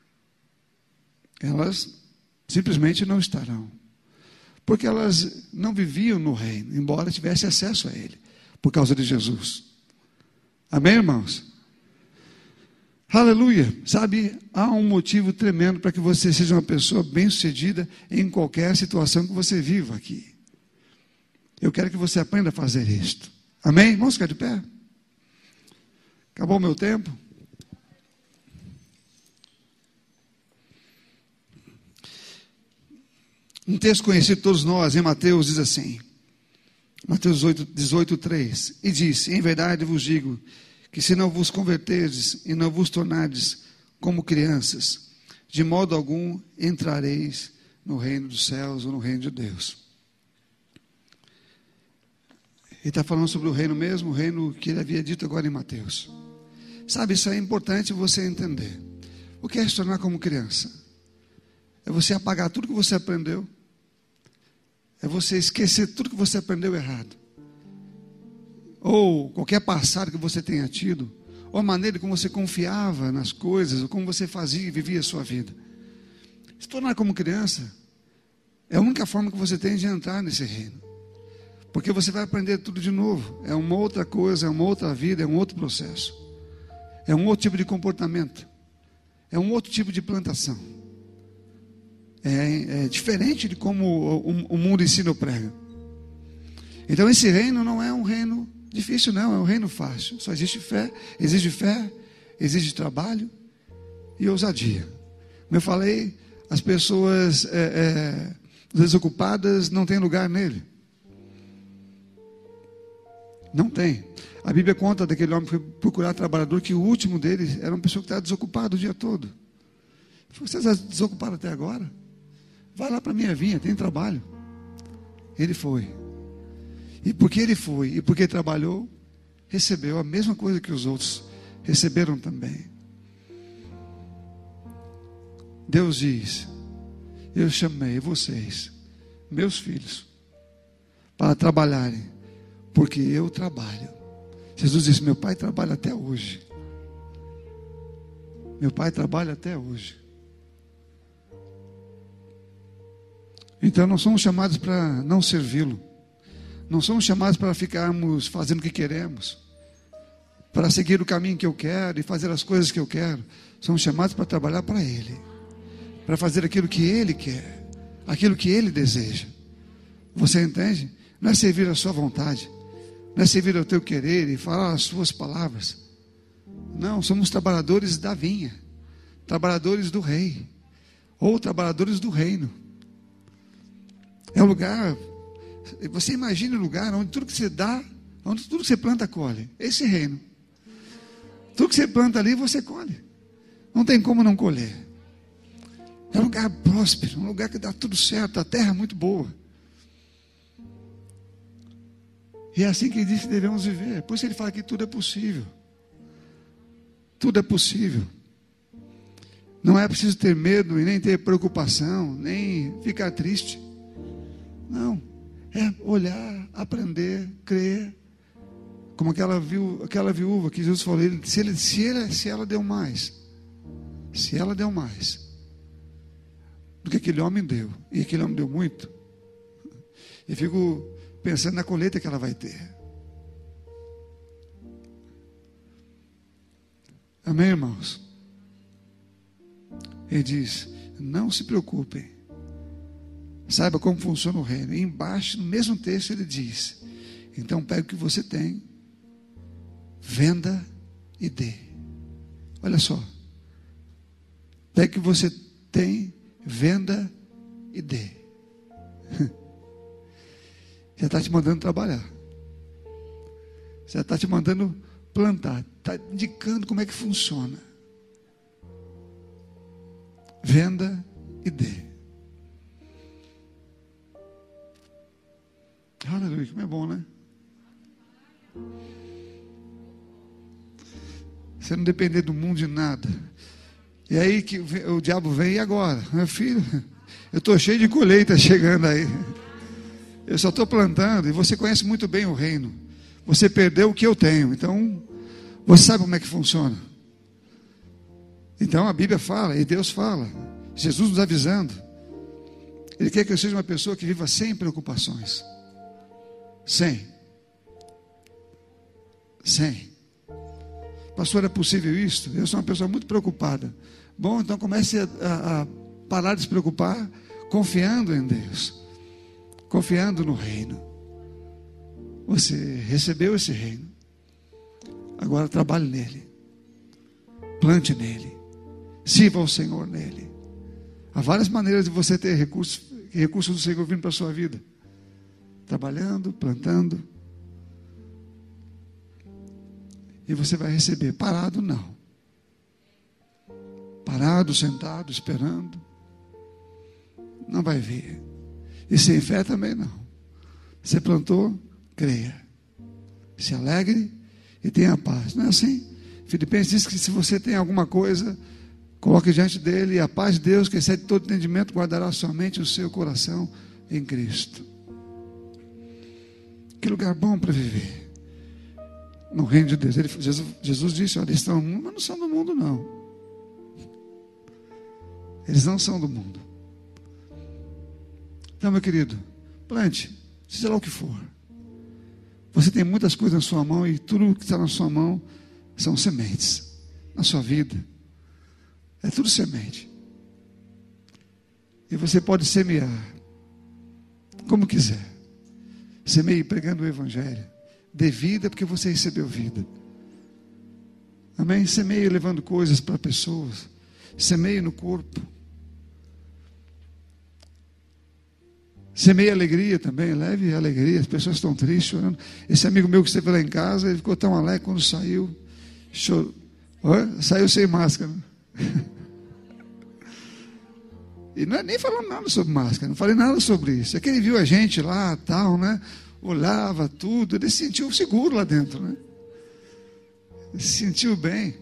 Elas simplesmente não estarão. Porque elas não viviam no reino, embora tivessem acesso a ele, por causa de Jesus. Amém, irmãos? Aleluia. Sabe, há um motivo tremendo para que você seja uma pessoa bem-sucedida em qualquer situação que você viva aqui. Eu quero que você aprenda a fazer isto. Amém? Vamos ficar de pé? Acabou o meu tempo? Um texto conhecido de todos nós, em Mateus, diz assim, Mateus dezoito, três, e diz, em verdade vos digo, que se não vos converterdes e não vos tornardes como crianças, de modo algum entrareis no reino dos céus ou no reino de Deus. Ele está falando sobre o reino mesmo, o reino que ele havia dito agora em Mateus. Sabe, isso é importante você entender. O que é se tornar como criança? É você apagar tudo que você aprendeu. É você esquecer tudo que você aprendeu errado. Ou qualquer passado que você tenha tido. Ou a maneira como você confiava nas coisas. Ou como você fazia e vivia a sua vida. Se tornar como criança é a única forma que você tem de entrar nesse reino. Porque você vai aprender tudo de novo. É uma outra coisa, é uma outra vida, é um outro processo. É um outro tipo de comportamento. É um outro tipo de plantação. É, é diferente de como o, o mundo ensina ou prega. Então esse reino não é um reino difícil, não. É um reino fácil. Só existe fé, exige fé, exige trabalho e ousadia. Como eu falei, as pessoas é, é, desocupadas não têm lugar nele. Não tem. A Bíblia conta daquele homem que foi procurar trabalhador, que o último dele era uma pessoa que estava desocupada o dia todo. Você está desocupado até agora? Vai lá para a minha vinha, tem trabalho. Ele foi. E porque ele foi, e porque trabalhou, recebeu a mesma coisa que os outros receberam também. Deus diz, eu chamei vocês, meus filhos, para trabalharem, porque eu trabalho. Jesus disse, meu pai trabalha até hoje. Meu pai trabalha até hoje. Então não somos chamados para não servi-lo. Não somos chamados para ficarmos fazendo o que queremos, para seguir o caminho que eu quero e fazer as coisas que eu quero. Somos chamados para trabalhar para Ele, para fazer aquilo que Ele quer, aquilo que Ele deseja. Você entende? Não é servir a sua vontade, não é servir ao teu querer e falar as suas palavras. Não, somos trabalhadores da vinha, trabalhadores do rei, ou trabalhadores do reino. É um lugar, você imagina um lugar onde tudo que você dá, onde tudo que você planta, colhe. Esse reino. Tudo que você planta ali, você colhe. Não tem como não colher. É um lugar próspero, um lugar que dá tudo certo, a terra é muito boa. E é assim que ele diz que devemos viver. Por isso ele fala que tudo é possível. Tudo é possível. Não é preciso ter medo e nem ter preocupação, nem ficar triste. Não, é olhar, aprender, crer. Como aquela, viú, aquela viúva que Jesus falou, ele, se, ele, se, ele, se ela deu mais, se ela deu mais do que aquele homem deu, e aquele homem deu muito, eu fico pensando na colheita que ela vai ter. Amém, irmãos? Ele diz, não se preocupem, saiba como funciona o reino. E embaixo, no mesmo texto, ele diz, então pegue o que você tem, venda e dê. Olha só, pegue o que você tem, venda e dê. Já está te mandando trabalhar, já está te mandando plantar, está indicando como é que funciona. Venda e dê. Aleluia, como é bom, né? Você não depender do mundo de nada. E aí que o diabo vem, e agora? Meu filho, eu estou cheio de colheita chegando aí. Eu só estou plantando, e você conhece muito bem o reino. Você perdeu o que eu tenho, então você sabe como é que funciona. Então a Bíblia fala, e Deus fala, Jesus nos avisando. Ele quer que eu seja uma pessoa que viva sem preocupações. Sem. Sem. Pastor, é possível isso? Eu sou uma pessoa muito preocupada. Bom, então comece a, a, a parar de se preocupar, confiando em Deus, confiando no reino. Você recebeu esse reino, agora trabalhe nele, plante nele, sirva ao Senhor nele. Há várias maneiras de você ter recursos, recursos do Senhor vindo para a sua vida, trabalhando, plantando. E você vai receber. Parado, não. Parado, sentado, esperando, não vai vir. E sem fé também não. Você plantou, creia. Se alegre e tenha paz. Não é assim? Filipenses diz que se você tem alguma coisa, coloque diante dele, e a paz de Deus, que excede todo entendimento, guardará somente o seu coração em Cristo. Que lugar bom para viver. No reino de Deus. Ele, Jesus, Jesus disse, olha, eles estão no mundo, mas não são do mundo não. Eles não são do mundo. Então, meu querido, plante, seja lá o que for. Você tem muitas coisas na sua mão, e tudo que está na sua mão são sementes. Na sua vida é tudo semente. E você pode semear como quiser. Semeie pregando o Evangelho. Dê vida porque você recebeu vida. Amém? Semeie levando coisas para pessoas. Semeie no corpo. Semeie alegria também. Leve alegria. As pessoas estão tristes, chorando. Esse amigo meu que esteve lá em casa, ele ficou tão alegre quando saiu. Chorou. Saiu sem máscara. E não é nem falando nada sobre máscara. Não falei nada sobre isso. É que ele viu a gente lá, tal, né? Olhava tudo, ele se sentiu seguro lá dentro, né? Ele se sentiu bem.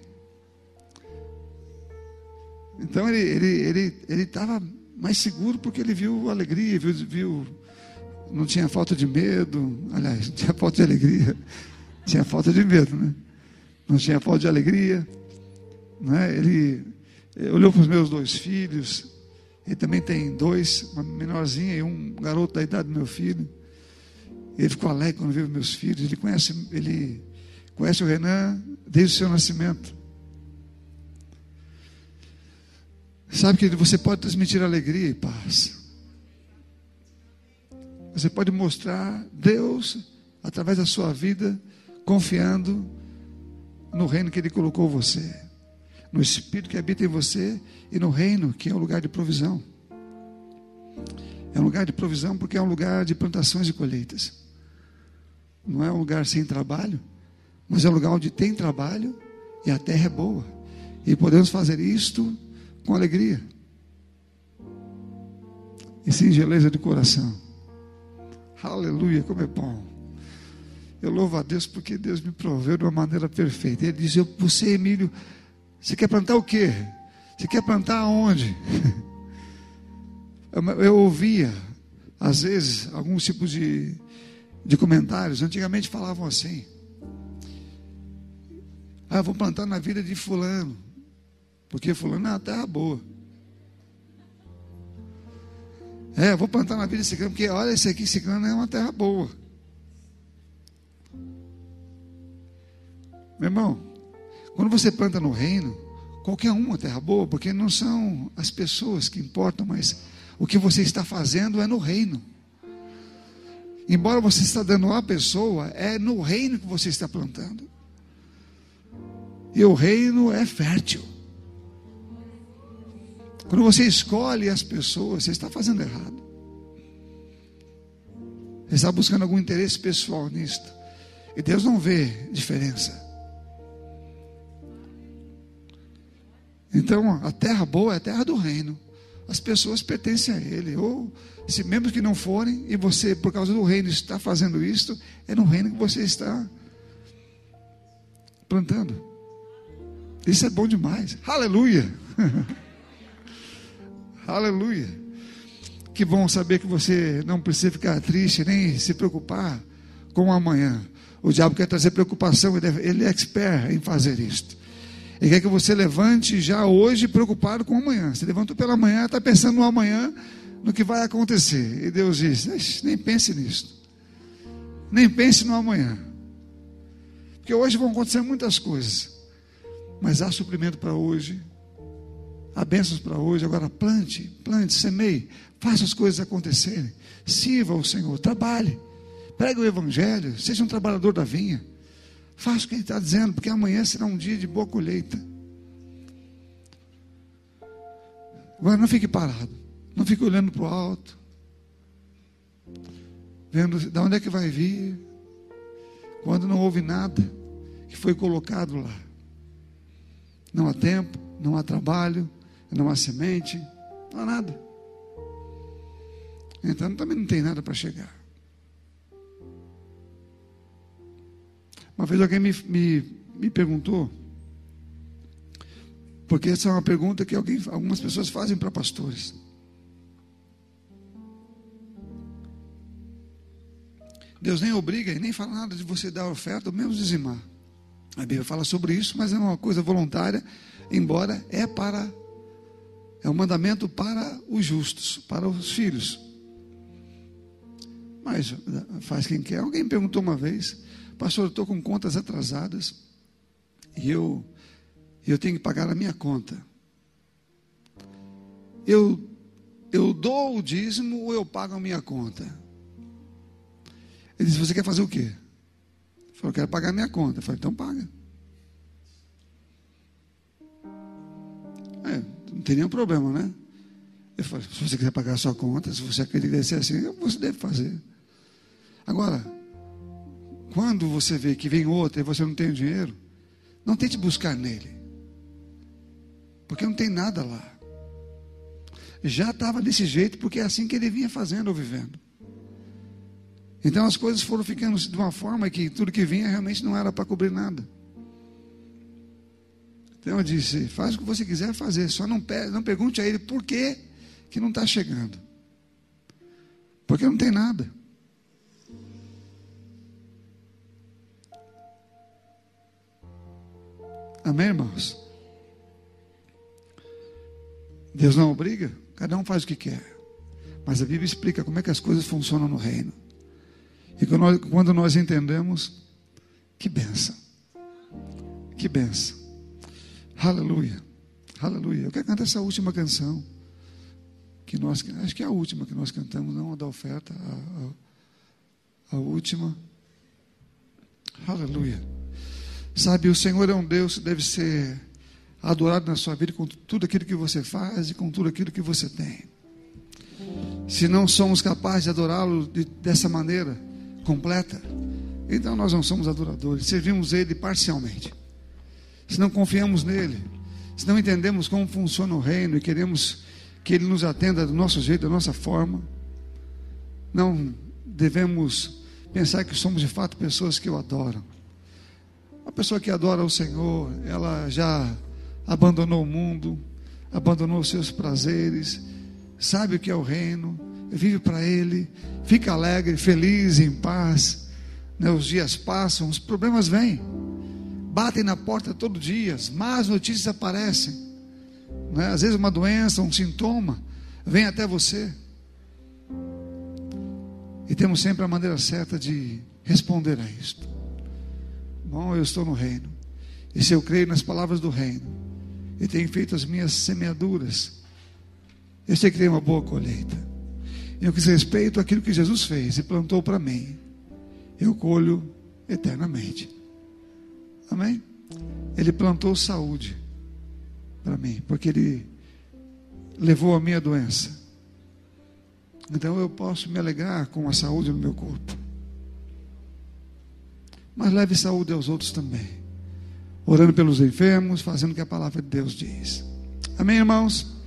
Então ele ele ele ele estava mais seguro porque ele viu alegria, viu, viu, não tinha falta de medo. Aliás, não tinha falta de alegria, tinha falta de medo, né? Não tinha falta de alegria, né? Ele, ele olhou para os meus dois filhos. Ele também tem dois, uma menorzinha e um garoto da idade do meu filho. Ele ficou alegre quando viu meus filhos. Ele conhece, ele conhece o Renan desde o seu nascimento. Sabe que você pode transmitir alegria e paz. Você pode mostrar Deus através da sua vida, confiando no reino que Ele colocou você, no Espírito que habita em você e no reino que é um lugar de provisão. É um lugar de provisão porque é um lugar de plantações e colheitas. Não é um lugar sem trabalho, mas é um lugar onde tem trabalho e a terra é boa. E podemos fazer isto com alegria e singeleza de coração. Aleluia, como é bom. Eu louvo a Deus porque Deus me proveu de uma maneira perfeita. Ele diz, eu, você, Emílio, você quer plantar o quê? Você quer plantar aonde? Eu, eu ouvia, às vezes, alguns tipos de, de comentários. Antigamente falavam assim: ah, eu vou plantar na vida de fulano, porque fulano é uma terra boa. É, eu vou plantar na vida de ciclano, porque olha, esse aqui, ciclano, é uma terra boa. Meu irmão, quando você planta no reino, qualquer uma é terra boa, porque não são as pessoas que importam, mas o que você está fazendo é no reino. Embora você está dando à pessoa, é no reino que você está plantando. E o reino é fértil. Quando você escolhe as pessoas, você está fazendo errado. Você está buscando algum interesse pessoal nisto. E Deus não vê diferença. Então, a terra boa é a terra do reino. As pessoas pertencem a Ele. Ou, se mesmo que não forem, e você, por causa do reino, está fazendo isto, é no reino que você está plantando. Isso é bom demais. Aleluia! Aleluia! Que bom saber que você não precisa ficar triste, nem se preocupar com o amanhã. O diabo quer trazer preocupação, ele é, ele é expert em fazer isto. Ele quer que você levante já hoje preocupado com o amanhã. Você levantou pela manhã, está pensando no amanhã, no que vai acontecer. E Deus diz: nem pense nisso. Nem pense no amanhã. Porque hoje vão acontecer muitas coisas. Mas há suprimento para hoje. Há bênçãos para hoje. Agora plante, plante, semeie. Faça as coisas acontecerem. Sirva ao Senhor, trabalhe. Pregue o Evangelho. Seja um trabalhador da vinha. Faça o que Ele está dizendo, porque amanhã será um dia de boa colheita. Agora não fique parado. Não fique olhando para o alto. Vendo de onde é que vai vir. Quando não houve nada que foi colocado lá. Não há tempo, não há trabalho, não há semente, não há nada. Então também não tem nada para chegar. Uma vez alguém me, me, me perguntou, porque essa é uma pergunta que alguém, algumas pessoas fazem para pastores. Deus nem obriga e nem fala nada de você dar oferta ou mesmo dizimar. A Bíblia fala sobre isso, mas é uma coisa voluntária, embora é para é um mandamento para os justos, para os filhos. Mas faz quem quer. Alguém me perguntou uma vez: pastor, eu estou com contas atrasadas e eu, eu tenho que pagar a minha conta. Eu, eu dou o dízimo ou eu pago a minha conta? Ele disse: você quer fazer o quê? Ele falou: eu quero pagar a minha conta. Eu falei: então paga. É, não tem nenhum problema, né? Eu falei: se você quiser pagar a sua conta, se você acredita que ser assim, você deve fazer. Agora, quando você vê que vem outra e você não tem o dinheiro, não tente buscar nele, porque não tem nada lá. Já estava desse jeito, porque é assim que ele vinha fazendo ou vivendo. Então as coisas foram ficando de uma forma que tudo que vinha realmente não era para cobrir nada. Então eu disse: faz o que você quiser fazer, só não, não pergunte a ele por que que não está chegando, porque não tem nada. Amém, irmãos? Deus não obriga, cada um faz o que quer. Mas a Bíblia explica como é que as coisas funcionam no reino. E quando nós, quando nós entendemos, que bênção, que bênção, aleluia, aleluia. Eu quero cantar essa última canção, que nós, acho que é a última que nós cantamos, não a da oferta, a, a, a última, aleluia. Sabe, o Senhor é um Deus que deve ser adorado na sua vida com tudo aquilo que você faz e com tudo aquilo que você tem. Se não somos capazes de adorá-lo de, dessa maneira completa, então nós não somos adoradores, servimos Ele parcialmente. Se não confiamos nele, se não entendemos como funciona o reino e queremos que Ele nos atenda do nosso jeito, da nossa forma, não devemos pensar que somos de fato pessoas que o adoram. Uma pessoa que adora o Senhor, ela já abandonou o mundo, abandonou os seus prazeres, sabe o que é o reino, vive para Ele, fica alegre, feliz, em paz, né? Os dias passam, os problemas vêm, batem na porta todo dia, más notícias aparecem, né? Às vezes uma doença, um sintoma vem até você, e temos sempre a maneira certa de responder a isto. Bom, eu estou no reino, e se eu creio nas palavras do reino, e tenho feito as minhas semeaduras, eu sei que tem uma boa colheita. E no que diz respeito àquilo que Jesus fez e plantou para mim, eu colho eternamente. Amém? Ele plantou saúde para mim, porque Ele levou a minha doença. Então eu posso me alegrar com a saúde no meu corpo. Mas leve saúde aos outros também, orando pelos enfermos, fazendo o que a palavra de Deus diz. Amém, irmãos?